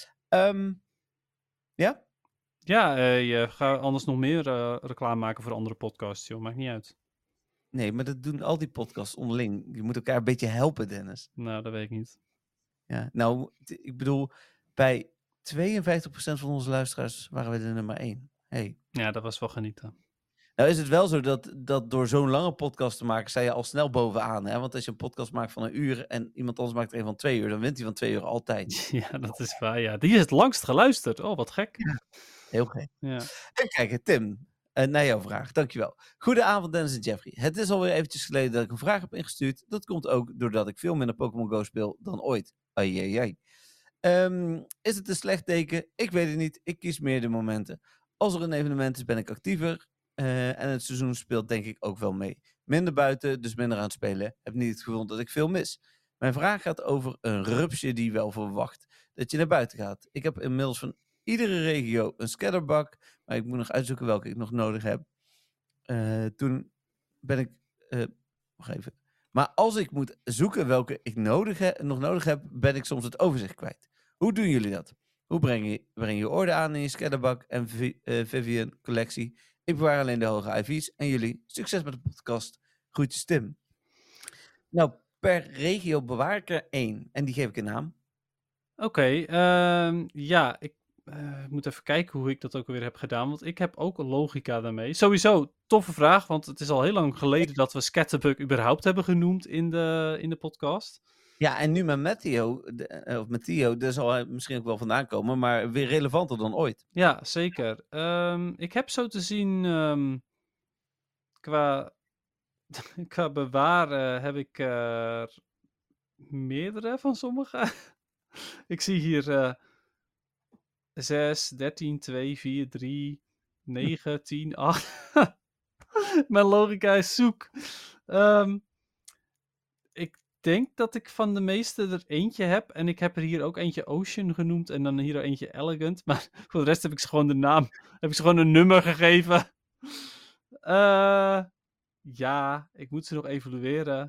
Speaker 4: Ja?
Speaker 5: Ja, je gaat anders nog meer reclame maken voor andere podcasts, joh. Maakt niet uit.
Speaker 4: Nee, maar dat doen al die podcasts onderling. Je moet elkaar een beetje helpen, Dennis.
Speaker 5: Nou, dat weet ik niet.
Speaker 4: Ja, nou, ik bedoel... Bij 52% van onze luisteraars waren we de nummer 1. Hey.
Speaker 5: Ja, dat was wel genieten.
Speaker 4: Nou is het wel zo dat door zo'n lange podcast te maken, sta je al snel bovenaan. Hè? Want als je een podcast maakt van 1 uur en iemand anders maakt er een van 2 uur, dan wint hij van 2 uur altijd.
Speaker 5: Ja, dat is waar. Ja. Die is het langst geluisterd. Oh, wat gek.
Speaker 4: Ja. Heel gek.
Speaker 5: Ja.
Speaker 4: Even kijken, Tim. Naar jouw vraag, dankjewel. Goedenavond Dennis en Jeffrey. Het is alweer eventjes geleden dat ik een vraag heb ingestuurd. Dat komt ook doordat ik veel minder Pokémon Go speel dan ooit. Ai. Is het een slecht teken? Ik weet het niet. Ik kies meer de momenten. Als er een evenement is, ben ik actiever. En het seizoen speelt denk ik ook wel mee. Minder buiten, dus minder aan het spelen. Heb niet het gevoel dat ik veel mis. Mijn vraag gaat over een rupsje die wel verwacht dat je naar buiten gaat. Ik heb inmiddels van iedere regio een scatterbug, maar ik moet nog uitzoeken welke ik nog nodig heb. Toen ben ik... wacht even. Maar als ik moet zoeken welke ik nog nodig heb, ben ik soms het overzicht kwijt. Hoe doen jullie dat? Hoe breng je orde aan in je scatterbug en Vivian collectie? Ik bewaar alleen de hoge IV's en jullie. Succes met de podcast. Groetjes Tim. Nou, per regio bewaar ik er 1 en die geef ik een naam.
Speaker 5: Oké, ja, ik moet even kijken hoe ik dat ook alweer heb gedaan, want ik heb ook een logica daarmee. Sowieso, toffe vraag, want het is al heel lang geleden dat we Scatterbug überhaupt hebben genoemd in de podcast.
Speaker 4: Ja, en nu met Matteo, daar zal hij misschien ook wel vandaan komen, maar weer relevanter dan ooit.
Speaker 5: Ja, zeker. Ik heb zo te zien, qua bewaren heb ik er meerdere van sommige. Ik zie hier 6, 13, 2, 4, 3, 9, 10, 8. Mijn logica is zoek. Ik denk dat ik van de meeste er eentje heb. En ik heb er hier ook eentje Ocean genoemd. En dan hier eentje Elegant. Maar voor de rest heb ik ze gewoon de naam. Heb ik ze gewoon een nummer gegeven. Ja, ik moet ze nog evalueren.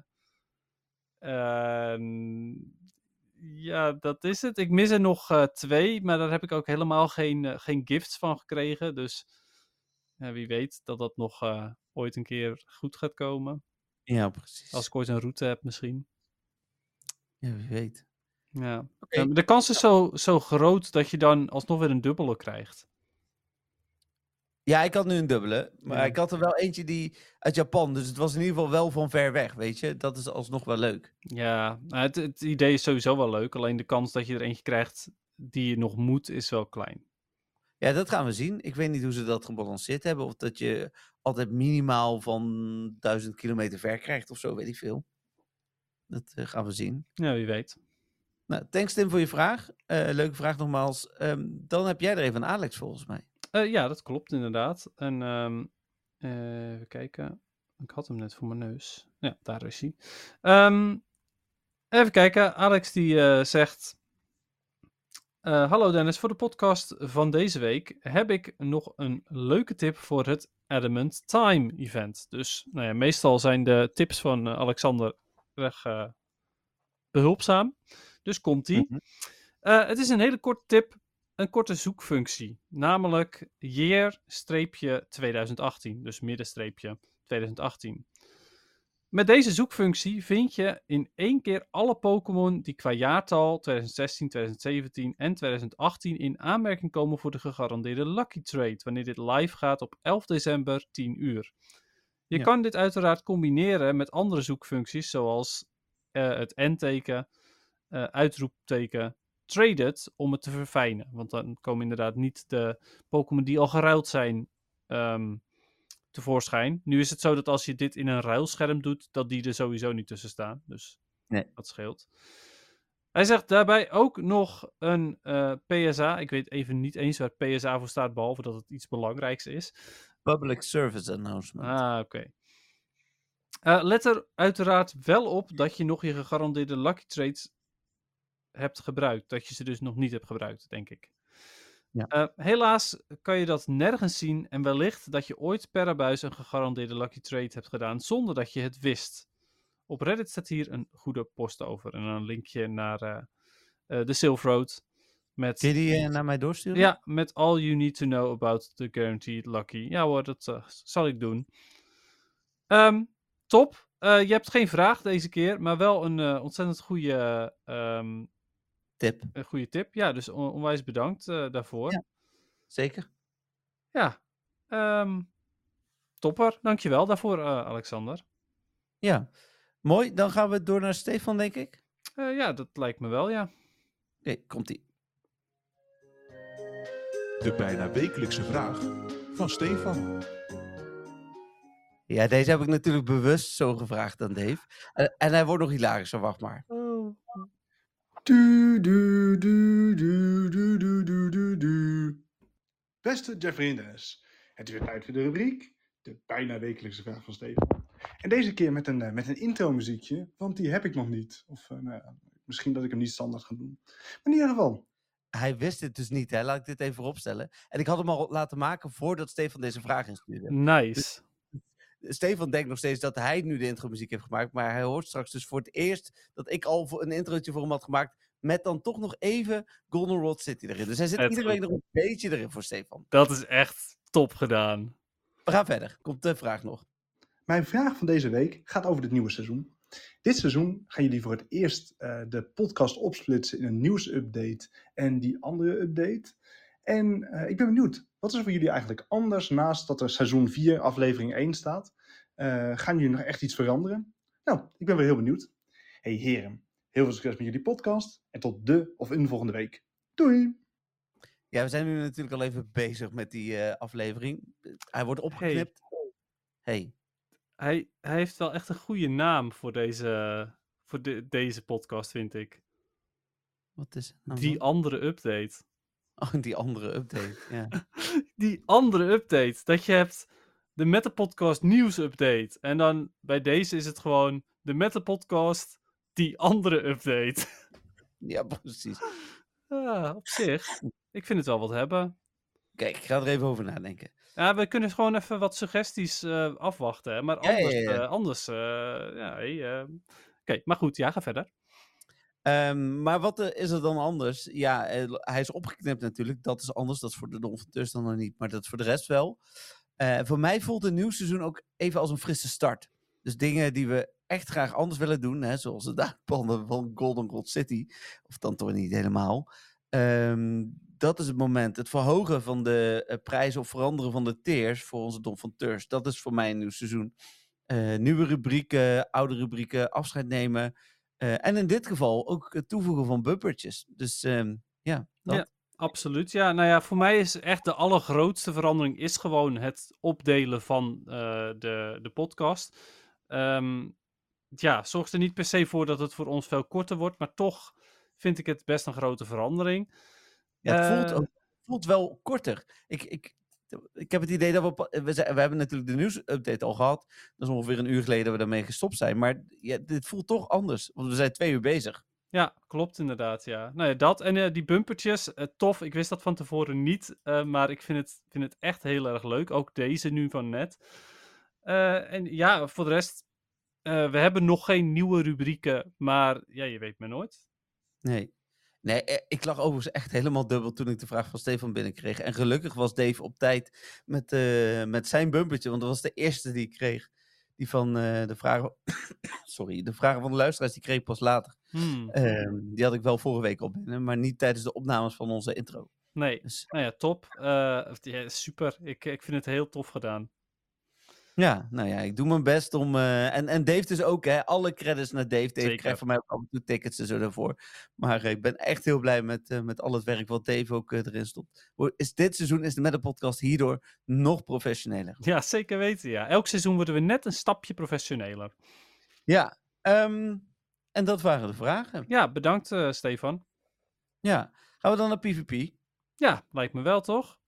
Speaker 5: Ja, dat is het. Ik mis er nog 2. Maar daar heb ik ook helemaal geen gifts van gekregen. Dus wie weet dat dat nog ooit een keer goed gaat komen.
Speaker 4: Ja, precies.
Speaker 5: Als ik ooit een route heb misschien.
Speaker 4: Ja, wie weet.
Speaker 5: Ja.
Speaker 4: Oké.
Speaker 5: Maar de kans is zo groot dat je dan alsnog weer een dubbele krijgt.
Speaker 4: Ja, ik had nu een dubbele, maar
Speaker 5: Ja.
Speaker 4: ik had er wel eentje die uit Japan, dus het was in ieder geval wel van ver weg, weet je. Dat is alsnog wel leuk.
Speaker 5: Ja, nou, het idee is sowieso wel leuk. Alleen de kans dat je er eentje krijgt die je nog moet, is wel klein.
Speaker 4: Ja, dat gaan we zien. Ik weet niet hoe ze dat gebalanceerd hebben, of dat je altijd minimaal van 1000 kilometer ver krijgt of zo, weet ik veel. Dat gaan we zien.
Speaker 5: Ja, wie weet.
Speaker 4: Nou, thanks Tim voor je vraag. Leuke vraag nogmaals. Dan heb jij er even een Alex volgens mij.
Speaker 5: Ja, dat klopt inderdaad. En even kijken. Ik had hem net voor mijn neus. Ja, daar is hij. Even kijken. Alex die zegt... Hallo Dennis, voor de podcast van deze week heb ik nog een leuke tip voor het Adamant Time event. Dus nou ja, meestal zijn de tips van Alexander erg behulpzaam. Dus komt-ie. Het is een hele korte tip, een korte zoekfunctie. Namelijk year-2018, dus middenstreepje 2018. Met deze zoekfunctie vind je in één keer alle Pokémon die qua jaartal 2016, 2017 en 2018 in aanmerking komen voor de gegarandeerde Lucky Trade, wanneer dit live gaat op 11 december 10 uur. Je kan dit uiteraard combineren met andere zoekfuncties zoals het N-teken, uitroepteken, Traded, om het te verfijnen. Want dan komen inderdaad niet de Pokémon die al geruild zijn tevoorschijn. Nu is het zo dat als je dit in een ruilscherm doet, dat die er sowieso niet tussen staan. Dus
Speaker 4: Nee.
Speaker 5: dat scheelt. Hij zegt daarbij ook nog een PSA. Ik weet even niet eens waar PSA voor staat, behalve dat het iets belangrijks is.
Speaker 4: Public Service Announcement.
Speaker 5: Ah, oké. Let er uiteraard wel op dat je nog je gegarandeerde Lucky Trades hebt gebruikt. Dat je ze dus nog niet hebt gebruikt, denk ik.
Speaker 4: Ja.
Speaker 5: Helaas kan je dat nergens zien en wellicht dat je ooit per abuis een gegarandeerde Lucky Trade hebt gedaan zonder dat je het wist. Op Reddit staat hier een goede post over en een linkje naar de Silph Road.
Speaker 4: Kun je die naar mij doorsturen?
Speaker 5: Ja, met all you need to know about the guaranteed lucky. Ja hoor, dat zal ik doen. Top. Je hebt geen vraag deze keer, maar wel een ontzettend goede
Speaker 4: tip.
Speaker 5: Een goede tip. Ja, dus onwijs bedankt daarvoor.
Speaker 4: Ja, zeker.
Speaker 5: Ja. Topper. Dankjewel daarvoor, Alexander.
Speaker 4: Ja. Mooi. Dan gaan we door naar Stefan, denk ik.
Speaker 5: Ja, dat lijkt me wel, ja.
Speaker 4: Oké, komt-ie.
Speaker 2: De bijna wekelijkse vraag van Stefan.
Speaker 4: Ja, deze heb ik natuurlijk bewust zo gevraagd aan Dave. En hij wordt nog hilarischer, wacht maar.
Speaker 1: Beste Jeffrey en Dennis, het is weer tijd voor de rubriek, de bijna wekelijkse vraag van Stefan. En deze keer met een intro muziekje, want die heb ik nog niet. Of misschien dat ik hem niet standaard ga doen. Maar in ieder geval.
Speaker 4: Hij wist het dus niet, hè? Laat ik dit even vooropstellen. En ik had hem al laten maken voordat Stefan deze vraag instuurde.
Speaker 5: Nice.
Speaker 4: Stefan denkt nog steeds dat hij nu de intro-muziek heeft gemaakt. Maar hij hoort straks dus voor het eerst dat ik al een introotje voor hem had gemaakt. Met dan toch nog even Golden Rod City erin. Dus hij zit iedere week nog een beetje erin voor Stefan.
Speaker 5: Dat is echt top gedaan.
Speaker 4: We gaan verder. Komt de vraag nog.
Speaker 1: Mijn vraag van deze week gaat over dit nieuwe seizoen. Dit seizoen gaan jullie voor het eerst de podcast opsplitsen in een nieuwsupdate en die andere update. En ik ben benieuwd, wat is er voor jullie eigenlijk anders naast dat er seizoen 4 aflevering 1 staat? Gaan jullie nog echt iets veranderen? Nou, ik ben weer heel benieuwd. Hey heren, heel veel succes met jullie podcast en tot de of een volgende week. Doei!
Speaker 4: Ja, we zijn nu natuurlijk al even bezig met die aflevering. Hij wordt opgeknipt. Hey.
Speaker 5: Hij heeft wel echt een goede naam voor deze podcast, vind ik.
Speaker 4: Wat is het nou?
Speaker 5: Die andere update.
Speaker 4: Oh, die andere update, ja.
Speaker 5: Die andere update. Dat je hebt de Meta Podcast nieuws update. En dan bij deze is het gewoon de Meta Podcast die andere update.
Speaker 4: Ja, precies.
Speaker 5: Op zich. Ik vind het wel wat hebben.
Speaker 4: Kijk, ik ga er even over nadenken.
Speaker 5: Ja, we kunnen gewoon even wat suggesties afwachten. Hè? Maar anders, Oké, maar goed, ja, ga verder.
Speaker 4: Maar wat is er dan anders? Ja, hij is opgeknipt natuurlijk. Dat is anders. Dat is voor de Don van Tus dan nog niet. Maar dat is voor de rest wel. Voor mij voelt een nieuw seizoen ook even als een frisse start. Dus dingen die we echt graag anders willen doen. Hè, zoals het uitpanden van Golden Rod City. Of dan toch niet helemaal. Dat is het moment. Het verhogen van de prijzen of veranderen van de tiers voor onze Don van Tus. Dat is voor mij een nieuw seizoen. Nieuwe rubrieken, oude rubrieken, afscheid nemen. En in dit geval ook het toevoegen van bumpertjes. Dus ja, dat.
Speaker 5: Ja, absoluut. Ja, nou ja, voor mij is echt de allergrootste verandering is gewoon het opdelen van de podcast. Zorgt er niet per se voor dat het voor ons veel korter wordt, maar toch vind ik het best een grote verandering.
Speaker 4: Ja, het voelt wel korter. Ik heb het idee dat we hebben natuurlijk de nieuwsupdate al gehad. Dat is ongeveer een uur geleden dat we daarmee gestopt zijn. Maar ja, dit voelt toch anders, want we zijn 2 uur bezig.
Speaker 5: Ja, klopt inderdaad, ja. Nou ja, dat en die bumpertjes, tof. Ik wist dat van tevoren niet, maar ik vind het echt heel erg leuk. Ook deze nu van net. En ja, voor de rest, we hebben nog geen nieuwe rubrieken, maar ja, je weet maar nooit.
Speaker 4: Nee, ik lag overigens echt helemaal dubbel toen ik de vraag van Stefan binnenkreeg. En gelukkig was Dave op tijd met zijn bumpertje, want dat was de eerste die ik kreeg. Die van de vragen... Sorry, de vragen van de luisteraars, die kreeg ik pas later. Die had ik wel vorige week al binnen, maar niet tijdens de opnames van onze intro.
Speaker 5: Nee,
Speaker 4: Dus,
Speaker 5: nou ja, top. Super. Ik vind het heel tof gedaan.
Speaker 4: ja, nou ja, ik doe mijn best om... En Dave dus ook, hè. Alle credits naar Dave. Dave
Speaker 5: Zeker.
Speaker 4: krijgt van mij ook af en toe tickets en zo daarvoor. Maar ik ben echt heel blij met al het werk wat Dave ook erin stopt. Dit seizoen is de Meta Podcast hierdoor nog professioneler.
Speaker 5: Ja, zeker weten, ja. Elk seizoen worden we net een stapje professioneler.
Speaker 4: Ja, en dat waren de vragen.
Speaker 5: Ja, bedankt Stefan.
Speaker 4: Ja, gaan we dan naar PvP?
Speaker 5: Ja, lijkt me wel, toch?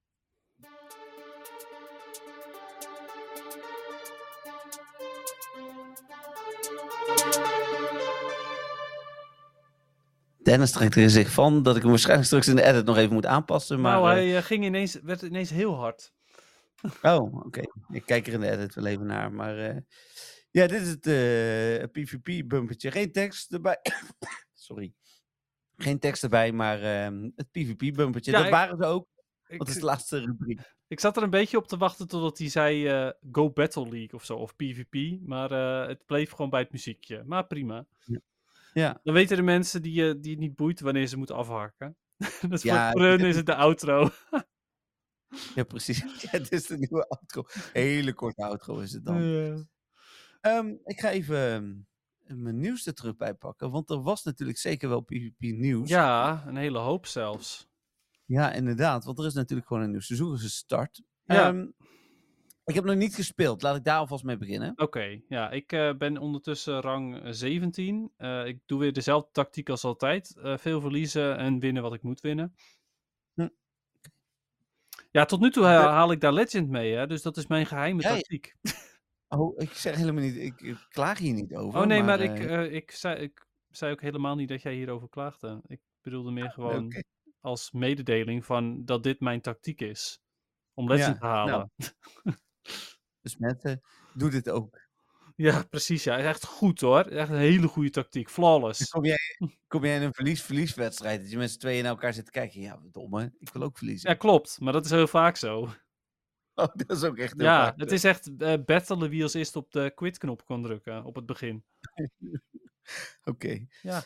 Speaker 4: Dennis trekt er zich van dat ik hem waarschijnlijk straks in de edit nog even moet aanpassen. Maar,
Speaker 5: Nou, hij werd ineens heel hard.
Speaker 4: Oh, oké. Ik kijk er in de edit wel even naar. Maar ja, dit is het PvP-bumpertje. Geen tekst erbij. Sorry. Geen tekst erbij, maar het PvP-bumpertje.
Speaker 5: Ja,
Speaker 4: dat waren ze ook.
Speaker 5: Ik,
Speaker 4: Dat is de laatste rubriek.
Speaker 5: ik zat er een beetje op te wachten totdat hij zei Go Battle League of zo, of PvP. Maar het bleef gewoon bij het muziekje. Maar prima.
Speaker 4: Ja.
Speaker 5: Dan weten de mensen die het niet boeit wanneer ze moeten afhaken. Dus
Speaker 4: Ja,
Speaker 5: voor hun is het de outro.
Speaker 4: Ja, precies. Ja, dit is de nieuwe outro. Hele korte outro is het dan. Ik ga even mijn nieuws er terug bij pakken. Want er was natuurlijk zeker wel PvP nieuws.
Speaker 5: Ja, een hele hoop zelfs.
Speaker 4: Ja, inderdaad. Want er is natuurlijk gewoon een nieuw seizoen gestart.
Speaker 5: Ja.
Speaker 4: Ik heb nog niet gespeeld. Laat ik daar alvast mee beginnen.
Speaker 5: Oké, ja, ik ben ondertussen rang 17. Ik doe weer dezelfde tactiek als altijd. Veel verliezen en winnen wat ik moet winnen.
Speaker 4: Hm.
Speaker 5: Ja, tot nu toe haal ik daar Legend mee, hè? Dus dat is mijn geheime
Speaker 4: Ja, ja.
Speaker 5: tactiek.
Speaker 4: Oh, ik zeg helemaal niet... Ik klaag hier niet over.
Speaker 5: Oh nee, maar ik zei ook helemaal niet dat jij hierover klaagde. Ik bedoelde meer gewoon
Speaker 4: oké.
Speaker 5: als mededeling van dat dit mijn tactiek is. Om Legend
Speaker 4: Ja,
Speaker 5: te halen.
Speaker 4: Dus mensen, doe dit ook.
Speaker 5: Ja, precies. Ja, is echt goed hoor. Echt een hele goede tactiek. Flawless.
Speaker 4: Kom jij in een verlies-verlieswedstrijd, dat je met z'n tweeën naar elkaar zit te kijken. Ja, domme, ik wil ook verliezen.
Speaker 5: Ja, klopt. Maar dat is heel vaak zo.
Speaker 4: Oh, dat is ook echt heel
Speaker 5: Ja,
Speaker 4: vaak
Speaker 5: het
Speaker 4: zo.
Speaker 5: is echt battelen wie als eerst op de quit-knop kan drukken op het begin.
Speaker 4: Oké.
Speaker 5: Ja.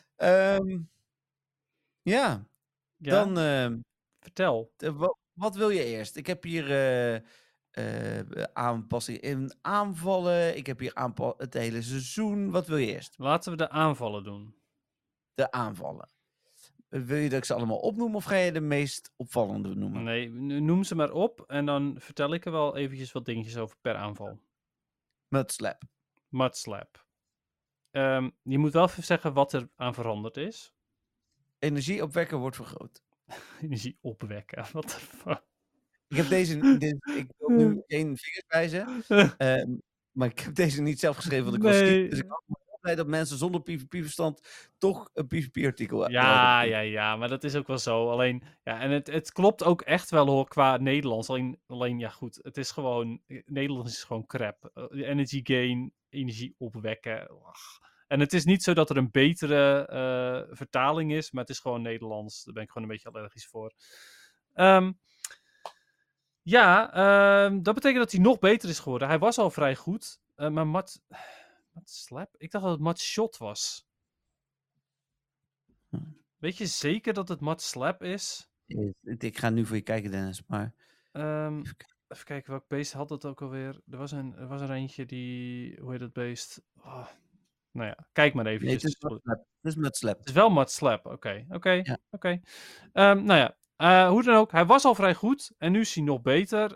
Speaker 4: Ja,
Speaker 5: Ja,
Speaker 4: dan...
Speaker 5: vertel.
Speaker 4: Wat wil je eerst? Ik heb hier aanpassingen in aanvallen. Ik heb hier het hele seizoen. Wat wil je eerst?
Speaker 5: Laten we de aanvallen doen.
Speaker 4: De aanvallen. Wil je dat ik ze allemaal opnoem of ga je de meest opvallende noemen?
Speaker 5: Nee, noem ze maar op en dan vertel ik er wel eventjes wat dingetjes over per aanval.
Speaker 4: Mudslap.
Speaker 5: Mudslap. Je moet wel even zeggen wat er aan veranderd is.
Speaker 4: Energieopwekker wordt vergroot.
Speaker 5: Energie opwekken. Wat de fuck?
Speaker 4: Ik heb ik wil nu geen vingers wijzen. Maar ik heb deze niet zelf geschreven, want ik was
Speaker 5: Nee.
Speaker 4: ziek. Dus ik was heel blij dat mensen zonder PvP-verstand toch een PvP-artikel
Speaker 5: Ja, maar dat is ook wel zo. Alleen, ja, en het klopt ook echt wel hoor qua Nederlands. Alleen ja goed, het is gewoon, Nederlands is gewoon crap. Energy gain, energie opwekken. Ach. En het is niet zo dat er een betere vertaling is, maar het is gewoon Nederlands. Daar ben ik gewoon een beetje allergisch voor. Dat betekent dat hij nog beter is geworden. Hij was al vrij goed, maar Mudslap? Ik dacht dat het Mudshot was. Weet je zeker dat het Mudslap is?
Speaker 4: Ik ga nu voor je kijken, Dennis. Maar
Speaker 5: Even kijken, welk beest had dat ook alweer? Er was er eentje die... Hoe heet dat beest? Oh, nou ja, kijk maar even.
Speaker 4: nee, het is Mudslap. Het is Mudslap.
Speaker 5: Het is wel Mudslap, oké.
Speaker 4: Ja.
Speaker 5: Nou ja, hoe dan ook. Hij was al vrij goed en nu is hij nog beter.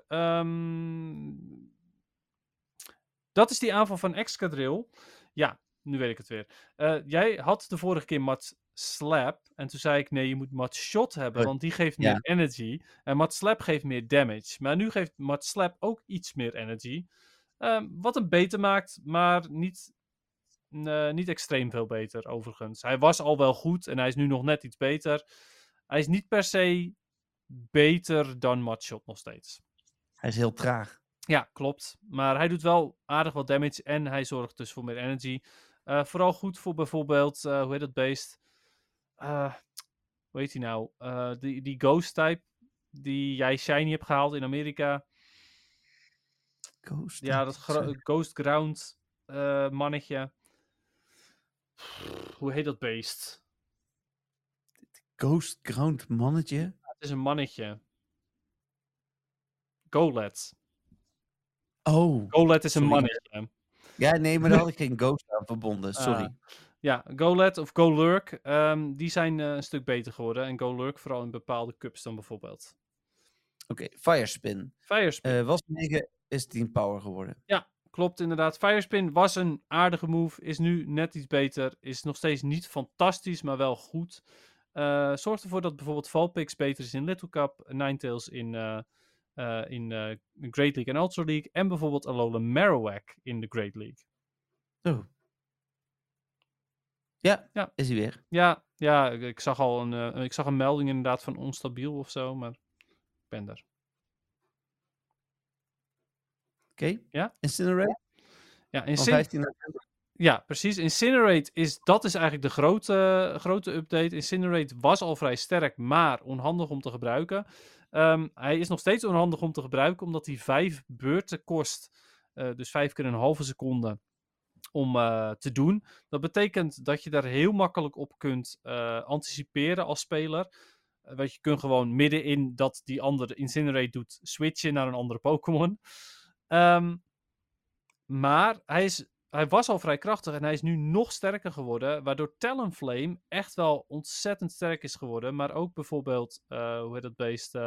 Speaker 5: Dat is die aanval van Excadrill. Ja, nu weet ik het weer. Jij had de vorige keer Mudslap. En toen zei ik, nee, je moet Mudshot hebben, want die geeft meer energy. En Mudslap geeft meer damage. Maar nu geeft Mudslap ook iets meer energy. Wat hem beter maakt, maar niet extreem veel beter, overigens. Hij was al wel goed en hij is nu nog net iets beter. Hij is niet per se beter dan Mudshot nog steeds.
Speaker 4: Hij is heel traag.
Speaker 5: Ja, klopt. Maar hij doet wel aardig wat damage en hij zorgt dus voor meer energy. Vooral goed voor bijvoorbeeld, hoe heet dat beest? Hoe heet hij nou? Die Ghost type die jij shiny hebt gehaald in Amerika.
Speaker 4: Ghost?
Speaker 5: Ja, dat Ghost Ground mannetje. Hoe heet dat beest?
Speaker 4: Ghost Ground mannetje?
Speaker 5: Ja, het is een mannetje. Golett.
Speaker 4: Oh.
Speaker 5: Golett is een mannetje.
Speaker 4: Ja, nee, maar daar had ik geen Ghost aan verbonden. Sorry.
Speaker 5: Ja, Golett of Golurk, die zijn een stuk beter geworden. En Golurk vooral in bepaalde cups dan bijvoorbeeld.
Speaker 4: Oké, Firespin.
Speaker 5: Firespin.
Speaker 4: Was 9, is 10 power geworden.
Speaker 5: Ja, klopt inderdaad. Firespin was een aardige move, is nu net iets beter. Is nog steeds niet fantastisch, maar wel goed. Zorgt ervoor dat bijvoorbeeld Vulpix beter is in Little Cup, Ninetales in Great League en Ultra League. En bijvoorbeeld Alolan Marowak in de Great League.
Speaker 4: Oh. Ja, is hij weer.
Speaker 5: Ja, ik zag al een melding inderdaad van onstabiel of zo, maar ik ben er.
Speaker 4: Oké.
Speaker 5: Ja?
Speaker 4: Incinerate?
Speaker 5: Ja,
Speaker 4: Van 15 naar 20.
Speaker 5: Ja, precies. Incinerate dat is eigenlijk de grote update. Incinerate was al vrij sterk, maar onhandig om te gebruiken. Hij is nog steeds onhandig om te gebruiken, omdat hij 5 beurten kost. Dus 5 keer een halve seconde om te doen. Dat betekent dat je daar heel makkelijk op kunt anticiperen als speler. Want je kunt gewoon middenin dat die andere Incinerate doet, switchen naar een andere Pokémon. Maar hij is hij was al vrij krachtig en hij is nu nog sterker geworden, waardoor Talonflame echt wel ontzettend sterk is geworden. Maar ook bijvoorbeeld, hoe heet dat beest?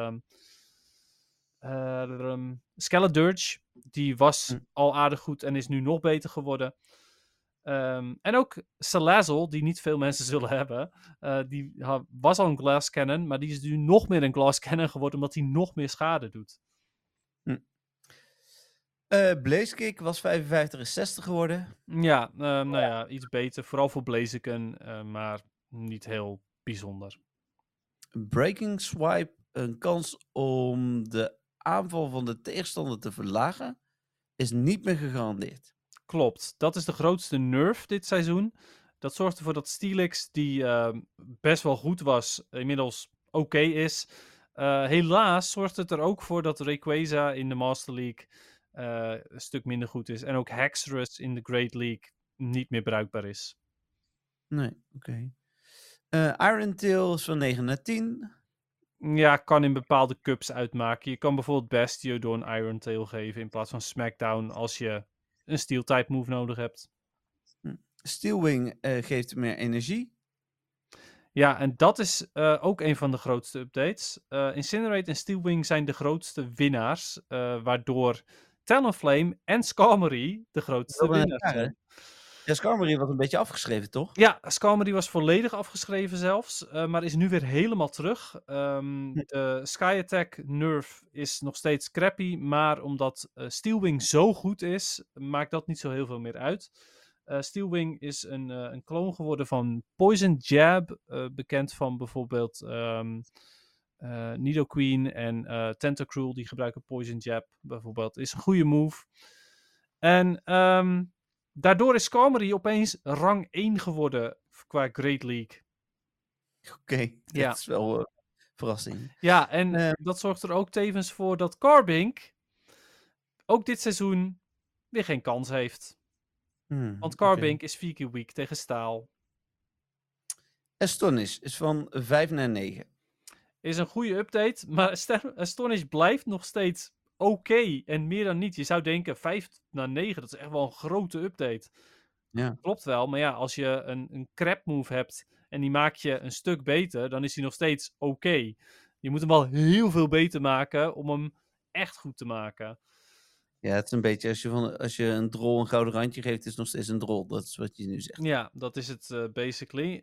Speaker 5: Skeledirge, die was al aardig goed en is nu nog beter geworden. En ook Salazzle, die niet veel mensen zullen hebben, die was al een Glass Cannon, maar die is nu nog meer een Glass Cannon geworden, omdat hij nog meer schade doet.
Speaker 4: Blaziken was 55 geworden.
Speaker 5: Ja, nou ja, iets beter. Vooral voor Blaziken, maar niet heel bijzonder.
Speaker 4: Breaking Swipe, een kans om de aanval van de tegenstander te verlagen, is niet meer gegarandeerd.
Speaker 5: Klopt, dat is de grootste nerf dit seizoen. Dat zorgt ervoor dat Steelix, die best wel goed was, inmiddels oké is. Helaas zorgt het er ook voor dat Rayquaza in de Master League een stuk minder goed is. En ook Haxorus in de Great League niet meer bruikbaar is.
Speaker 4: Nee, oké. Iron Tail is van 9 naar 10.
Speaker 5: Ja, kan in bepaalde cups uitmaken. Je kan bijvoorbeeld Bestio door een Iron Tail geven in plaats van Smackdown als je een Steel-type move nodig hebt.
Speaker 4: Steelwing geeft meer energie.
Speaker 5: Ja, en dat is ook een van de grootste updates. Incinerate en Steelwing zijn de grootste winnaars, waardoor Talonflame en Skarmory de grootste winnaars zijn.
Speaker 4: Ja, Skarmory was een beetje afgeschreven, toch?
Speaker 5: Ja, Skarmory was volledig afgeschreven zelfs, maar is nu weer helemaal terug. De Sky Attack nerf is nog steeds crappy, maar omdat Steelwing zo goed is, maakt dat niet zo heel veel meer uit. Steelwing is een kloon geworden van Poison Jab, bekend van bijvoorbeeld Nidoqueen en Tentacruel, die gebruiken Poison Jab bijvoorbeeld. Is een goede move. En daardoor is Skarmory opeens rang 1 geworden qua Great League.
Speaker 4: Oké, dat is wel verrassing.
Speaker 5: Ja, en dat zorgt er ook tevens voor dat Carbink ook dit seizoen weer geen kans heeft. Want Carbink is 4 keer weak tegen staal.
Speaker 4: Astonish is van 5 naar 9.
Speaker 5: Is een goede update, maar Astonish blijft nog steeds oké en meer dan niet. Je zou denken 5 naar 9, dat is echt wel een grote update.
Speaker 4: Ja.
Speaker 5: Klopt wel, maar ja, als je een crap move hebt en die maak je een stuk beter, dan is hij nog steeds oké. Je moet hem wel heel veel beter maken om hem echt goed te maken.
Speaker 4: Ja, het is een beetje als je een drol een gouden randje geeft, is het nog steeds een drol. Dat is wat je nu zegt.
Speaker 5: Ja, dat is het basically.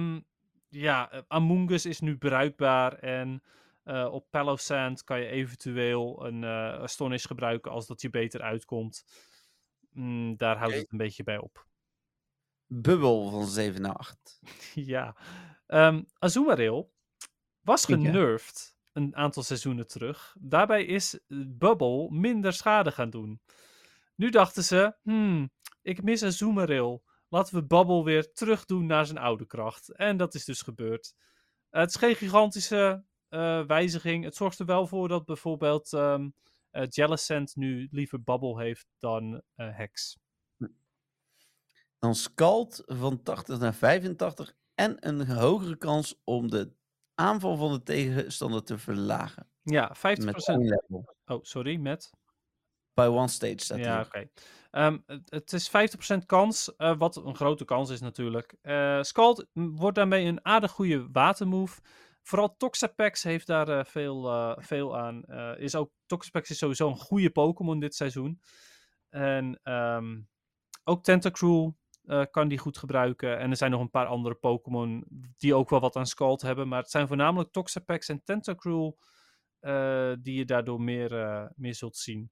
Speaker 5: Among Us is nu bruikbaar en op Palossand kan je eventueel een Astonish gebruiken als dat je beter uitkomt. Daar houdt het een beetje bij op.
Speaker 4: Bubble van 7 naar 8.
Speaker 5: Ja. Azumarill was genervd een aantal seizoenen terug. Daarbij is Bubble minder schade gaan doen. Nu dachten ze, ik mis Azumarill. Laten we Bubble weer terug doen naar zijn oude kracht. En dat is dus gebeurd. Het is geen gigantische wijziging. Het zorgt er wel voor dat bijvoorbeeld Jellicent nu liever Bubble heeft dan Hex.
Speaker 4: Dan Scald van 80 naar 85 en een hogere kans om de aanval van de tegenstander te verlagen.
Speaker 5: Ja, 50%.
Speaker 4: Met 1 level.
Speaker 5: Oh, sorry, met?
Speaker 4: By one stage staat
Speaker 5: Ja,
Speaker 4: hier.
Speaker 5: oké. Het is 50% kans, wat een grote kans is natuurlijk. Scald wordt daarmee een aardig goede watermove. Vooral Toxapex heeft daar veel aan. Toxapex is sowieso een goede Pokémon dit seizoen. En ook Tentacruel kan die goed gebruiken. En er zijn nog een paar andere Pokémon die ook wel wat aan Scald hebben. Maar het zijn voornamelijk Toxapex en Tentacruel die je daardoor meer zult zien.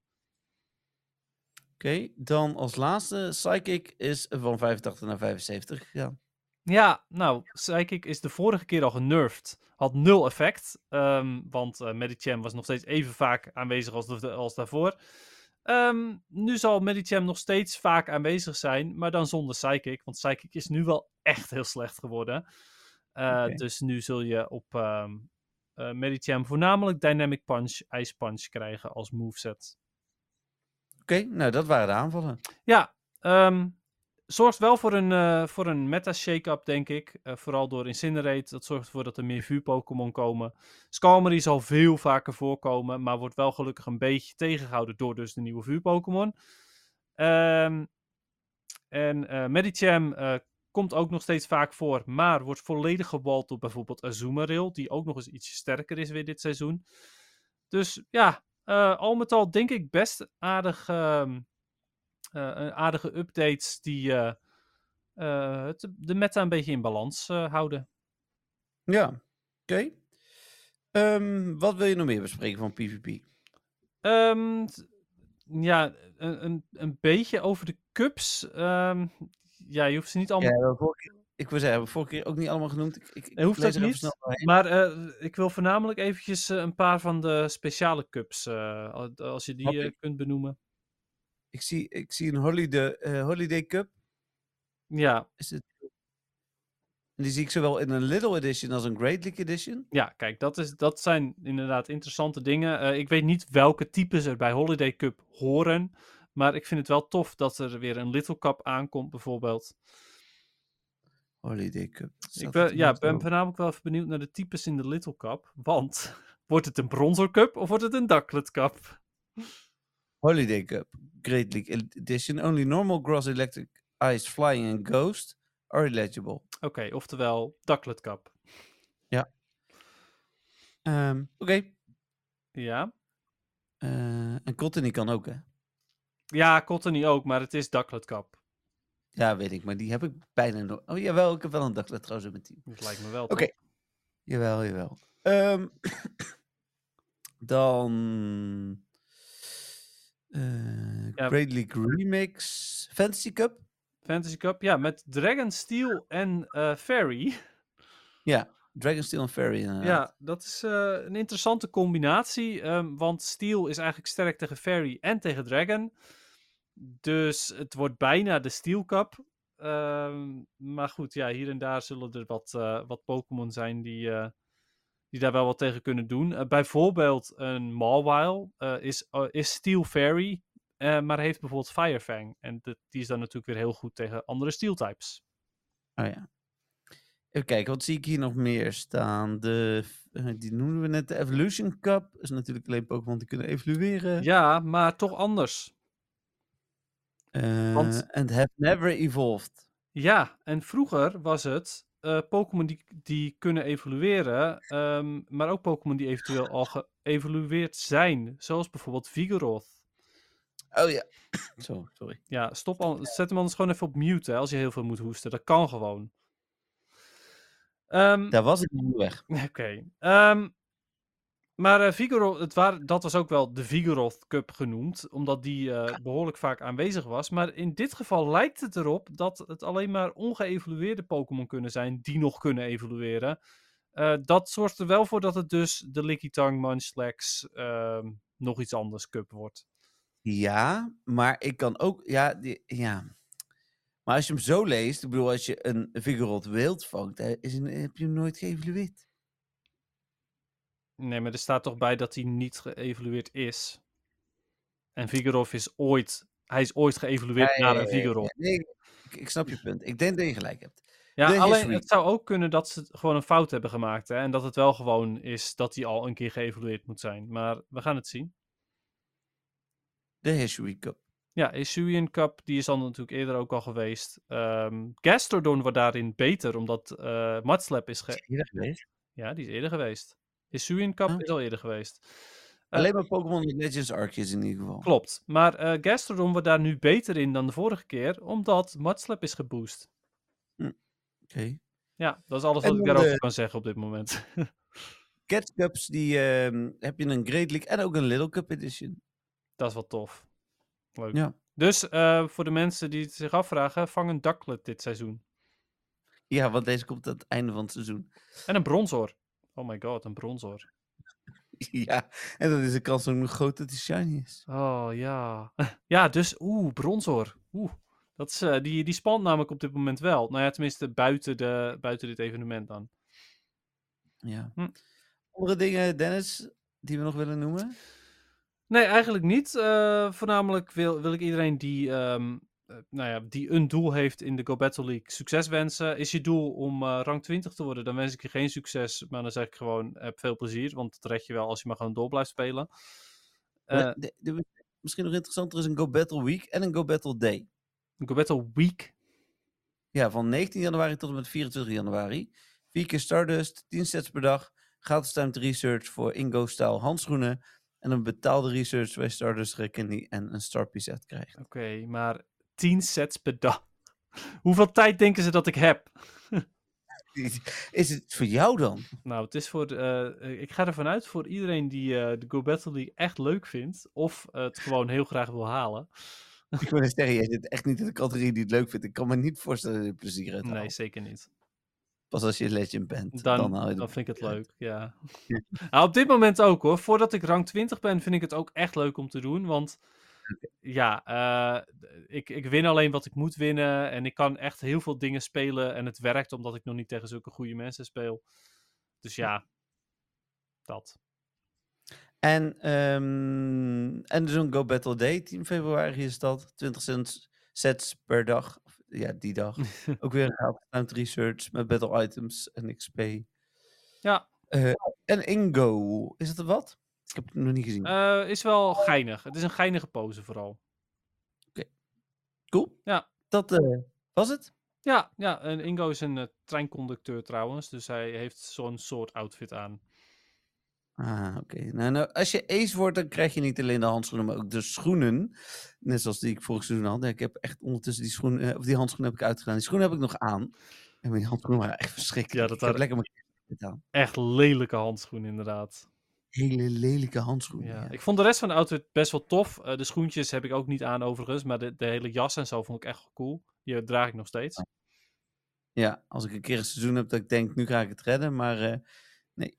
Speaker 4: Oké, dan als laatste, Psychic is van 85 naar 75 gegaan.
Speaker 5: Ja, nou, Psychic is de vorige keer al genervd. Had 0 effect, want Medicham was nog steeds even vaak aanwezig als daarvoor. Nu zal Medicham nog steeds vaak aanwezig zijn, maar dan zonder Psychic. Want Psychic is nu wel echt heel slecht geworden. Dus nu zul je op Medicham voornamelijk Dynamic Punch, Ice Punch krijgen als moveset.
Speaker 4: Oké, nou dat waren de aanvallen.
Speaker 5: Ja, zorgt wel voor een meta-shake-up, denk ik. Vooral door Incinerate. Dat zorgt ervoor dat er meer vuur-Pokémon komen. Skarmory zal veel vaker voorkomen, maar wordt wel gelukkig een beetje tegengehouden door dus de nieuwe vuur-Pokémon. En Medicham komt ook nog steeds vaak voor, maar wordt volledig gewald door bijvoorbeeld Azumarill, die ook nog eens ietsje sterker is weer dit seizoen. Dus ja, al met al denk ik best aardige updates die de meta een beetje in balans houden.
Speaker 4: Ja, oké. Wat wil je nog meer bespreken van PvP?
Speaker 5: Ja, een beetje over de cups. Ja, je hoeft ze niet allemaal...
Speaker 4: Ik wil zeggen, vorige keer ook niet allemaal genoemd. Ik
Speaker 5: hoeft
Speaker 4: lees
Speaker 5: ook
Speaker 4: er even
Speaker 5: niet,
Speaker 4: snel doorheen.
Speaker 5: maar ik wil voornamelijk eventjes een paar van de speciale cups, als je die
Speaker 4: Oké.
Speaker 5: kunt benoemen.
Speaker 4: Ik zie een Holiday Cup.
Speaker 5: Ja,
Speaker 4: Is het... Die zie ik zowel in een Little Edition als een Great League Edition.
Speaker 5: ja, kijk, dat zijn inderdaad interessante dingen. Ik weet niet welke types er bij Holiday Cup horen, maar ik vind het wel tof dat er weer een Little Cup aankomt, bijvoorbeeld.
Speaker 4: Holiday Cup.
Speaker 5: Ik ben voornamelijk wel even benieuwd naar de types in de Little Cup, want wordt het een Bronzer Cup of wordt het een Ducklet Cup?
Speaker 4: Holiday Cup. Great League Edition. Only normal Gross Electric Ice Flying and Ghost are eligible.
Speaker 5: Oké, oftewel Ducklet Cup.
Speaker 4: Oké.
Speaker 5: Ja.
Speaker 4: En Cottony kan ook, hè?
Speaker 5: Ja, Cottony ook, maar het is Ducklet Cup.
Speaker 4: Ja, weet ik, maar die heb ik bijna nog. Oh jawel, ik heb wel een Ducklet trouwens in mijn team.
Speaker 5: Dat lijkt me wel.
Speaker 4: Oké. Jawel. Dan... Great League Remix. Fantasy Cup.
Speaker 5: Fantasy Cup, ja, met Dragon Steel en Fairy.
Speaker 4: Ja, Dragon Steel en Fairy inderdaad.
Speaker 5: Ja, dat is een interessante combinatie, want Steel is eigenlijk sterk tegen Fairy en tegen Dragon. Dus het wordt bijna de Steel Cup. Maar goed, ja, hier en daar zullen er wat Pokémon zijn die daar wel wat tegen kunnen doen. Bijvoorbeeld een Mawile is Steel Fairy, maar heeft bijvoorbeeld Firefang. En die is dan natuurlijk weer heel goed tegen andere Steel types.
Speaker 4: Oh ja. Even kijken, wat zie ik hier nog meer staan? Die noemen we net de Evolution Cup. Dat is natuurlijk alleen Pokémon die kunnen evolueren.
Speaker 5: Ja, maar toch anders.
Speaker 4: And have never evolved.
Speaker 5: Ja, en vroeger was het Pokémon die kunnen evolueren, maar ook Pokémon die eventueel al geëvolueerd zijn. Zoals bijvoorbeeld Vigoroth.
Speaker 4: Oh ja. Zo, sorry.
Speaker 5: Ja, zet hem anders gewoon even op mute, hè, als je heel veel moet hoesten. Dat kan gewoon.
Speaker 4: Daar was ik niet weg.
Speaker 5: Oké. Maar Vigoroth, dat was ook wel de Vigoroth Cup genoemd, omdat die behoorlijk vaak aanwezig was. Maar in dit geval lijkt het erop dat het alleen maar ongeëvolueerde Pokémon kunnen zijn die nog kunnen evolueren. Dat zorgt er wel voor dat het dus de Lickitung, Munchlax, nog iets anders Cup wordt.
Speaker 4: Ja, maar ik kan ook... Ja. Maar als je hem zo leest, ik bedoel, als je een Vigoroth wild vangt, heb je hem nooit geëvolueerd.
Speaker 5: Nee, maar er staat toch bij dat hij niet geëvolueerd is. En Vigoroth is ooit geëvolueerd naar een Vigoroth.
Speaker 4: Nee, ik snap je punt. Ik denk dat je gelijk hebt.
Speaker 5: Ja, alleen het zou ook kunnen dat ze gewoon een fout hebben gemaakt. Hè? En dat het wel gewoon is dat hij al een keer geëvolueerd moet zijn. Maar we gaan het zien.
Speaker 4: De Hisui Cup.
Speaker 5: Ja, Hisuian Cup, die is dan natuurlijk eerder ook al geweest. Gastrodon wordt daarin beter, omdat Mudslap is
Speaker 4: eerder geweest?
Speaker 5: Ja, die is eerder geweest. Hisuian Cup is al eerder geweest.
Speaker 4: Alleen maar Pokémon Legends Arceus in ieder geval.
Speaker 5: Klopt, maar Gastrodon wordt daar nu beter in dan de vorige keer, omdat Mudslap is geboost.
Speaker 4: Oké.
Speaker 5: Ja, dat is alles wat ik daarover kan zeggen op dit moment.
Speaker 4: Cat Cups, die heb je een Great League en ook een Little Cup Edition.
Speaker 5: Dat is wel tof. Leuk.
Speaker 4: Ja.
Speaker 5: Dus voor de mensen die het zich afvragen, vang een Ducklet dit seizoen.
Speaker 4: Ja, want deze komt aan het einde van het seizoen.
Speaker 5: En een Bronzor. Oh my god, een Bronzor.
Speaker 4: Ja, en dan is de kans ook nog groot dat hij shiny is.
Speaker 5: Oh ja. Ja, dus Bronzor. Dat is, die spant namelijk op dit moment wel. Nou ja, tenminste buiten dit evenement dan.
Speaker 4: Ja. Andere dingen, Dennis, die we nog willen noemen?
Speaker 5: Nee, eigenlijk niet. Voornamelijk wil ik iedereen die een doel heeft in de Go Battle League succes wensen. Is je doel om rang 20 te worden, dan wens ik je geen succes. Maar dan zeg ik gewoon, heb veel plezier. Want dat red je wel als je maar gewoon door blijft spelen.
Speaker 4: Misschien nog interessanter is een Go Battle Week en een Go Battle Day.
Speaker 5: Go Battle Week.
Speaker 4: Ja, van 19 januari tot en met 24 januari. 4 keer Stardust, 10 sets per dag. Gratis timed research voor Ingo-style handschoenen. En een betaalde research bij Stardust rekening en een Star set krijgt.
Speaker 5: Oké, maar 10 sets per dag. Hoeveel tijd denken ze dat ik heb?
Speaker 4: Is het voor jou dan?
Speaker 5: Nou, het is voor... ik ga ervan uit voor iedereen die de Go Battle League echt leuk vindt. Of het gewoon heel graag wil halen.
Speaker 4: Ik wil eens zeggen, jij zit echt niet in de categorie die het leuk vindt. Ik kan me niet voorstellen dat je er plezier uit haalt.
Speaker 5: Nee, zeker niet.
Speaker 4: Pas als je legend bent.
Speaker 5: Dan
Speaker 4: haal je
Speaker 5: vind ik het leuk, ja.
Speaker 4: Ja.
Speaker 5: Nou, op dit moment ook hoor. Voordat ik rank 20 ben, vind ik het ook echt leuk om te doen. Want ja, ik win alleen wat ik moet winnen. En ik kan echt heel veel dingen spelen. En het werkt omdat ik nog niet tegen zulke goede mensen speel. Dus ja, dat.
Speaker 4: En zo'n Go Battle Day, 10 februari is dat. 20 sets per dag. Ja, die dag. Ook weer een gratis timed research met battle items en XP.
Speaker 5: Ja.
Speaker 4: En Ingo. Is het er wat? Ik heb het nog niet gezien.
Speaker 5: Is wel geinig. Het is een geinige pose vooral.
Speaker 4: Cool.
Speaker 5: Ja.
Speaker 4: Dat was het.
Speaker 5: Ja, en Ingo is een treinconducteur trouwens. Dus hij heeft zo'n soort outfit aan.
Speaker 4: Ah, oké. Nou, als je ace wordt, dan krijg je niet alleen de handschoenen, maar ook de schoenen. Net zoals die ik vorig seizoen had. Ik heb echt ondertussen die handschoenen heb ik uitgedaan. Die schoenen heb ik nog aan. En die handschoenen waren echt verschrikkelijk.
Speaker 5: Ja, dat
Speaker 4: ik heb
Speaker 5: waren
Speaker 4: lekker mijn aan.
Speaker 5: echt lelijke handschoenen inderdaad.
Speaker 4: Hele lelijke handschoenen.
Speaker 5: Ja.
Speaker 4: Ja.
Speaker 5: Ik vond de rest van de outfit best wel tof. De schoentjes heb ik ook niet aan overigens. Maar de hele jas en zo vond ik echt cool. Die draag ik nog steeds.
Speaker 4: Ja, als ik een keer een seizoen heb dat ik denk, nu ga ik het redden. Maar nee.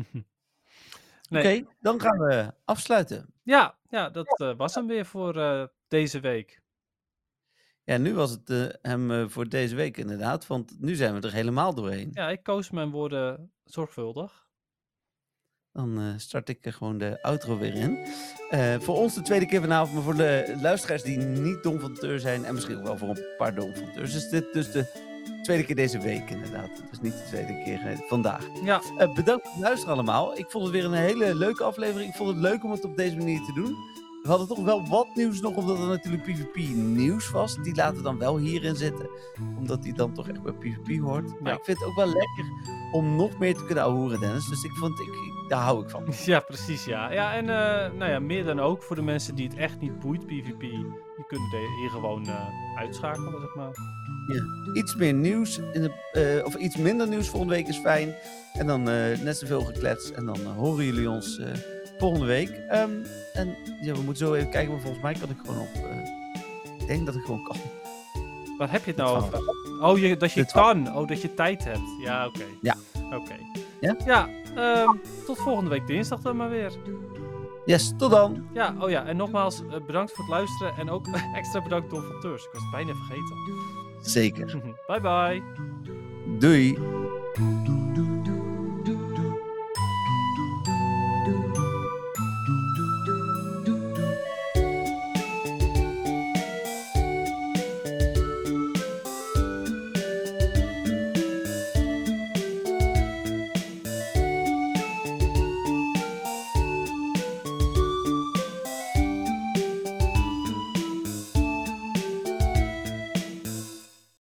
Speaker 5: Nee.
Speaker 4: Oké, dan gaan we afsluiten.
Speaker 5: Ja, dat was hem weer voor deze week.
Speaker 4: Ja, nu was het hem voor deze week inderdaad. Want nu zijn we er helemaal doorheen.
Speaker 5: Ja, ik koos mijn woorden zorgvuldig.
Speaker 4: Dan start ik er gewoon de outro weer in. Voor ons de tweede keer vanavond, maar voor de luisteraars die niet dom van teur zijn, en misschien ook wel voor een paar dom van teurs, is dit dus de tweede keer deze week inderdaad. Dus niet de tweede keer vandaag.
Speaker 5: Ja,
Speaker 4: Bedankt voor het luisteren allemaal. Ik vond het weer een hele leuke aflevering. Ik vond het leuk om het op deze manier te doen. We hadden toch wel wat nieuws nog, omdat er natuurlijk PvP nieuws was. Die laten we dan wel hierin zitten, omdat die dan toch echt bij PvP hoort. Maar
Speaker 5: Ja.
Speaker 4: ik vind het ook wel lekker om nog meer te kunnen ouwehoeren, Dennis. Dus daar hou ik van.
Speaker 5: ja, precies ja. Ja, en nou ja, meer dan ook voor de mensen die het echt niet boeit, PvP. Die kunnen hier gewoon uitschakelen, zeg maar.
Speaker 4: Iets meer nieuws, of iets minder nieuws volgende week is fijn. En dan net zoveel geklets. En dan horen jullie ons volgende week. En ja, we moeten zo even kijken, maar volgens mij kan ik gewoon op... ik denk dat ik gewoon kan.
Speaker 5: Waar heb je het nou
Speaker 4: Het
Speaker 5: over? Oh, dat je
Speaker 4: Dit
Speaker 5: kan. Oh, dat je tijd hebt. Ja, oké.
Speaker 4: Ja.
Speaker 5: Oké.
Speaker 4: Ja?
Speaker 5: Ja, tot volgende week dinsdag dan maar weer.
Speaker 4: Yes, tot dan!
Speaker 5: Ja, oh ja, en nogmaals bedankt voor het luisteren. En ook extra bedankt Don van Teurs. Ik was het bijna vergeten.
Speaker 4: Zeker.
Speaker 5: Bye bye.
Speaker 4: Doei!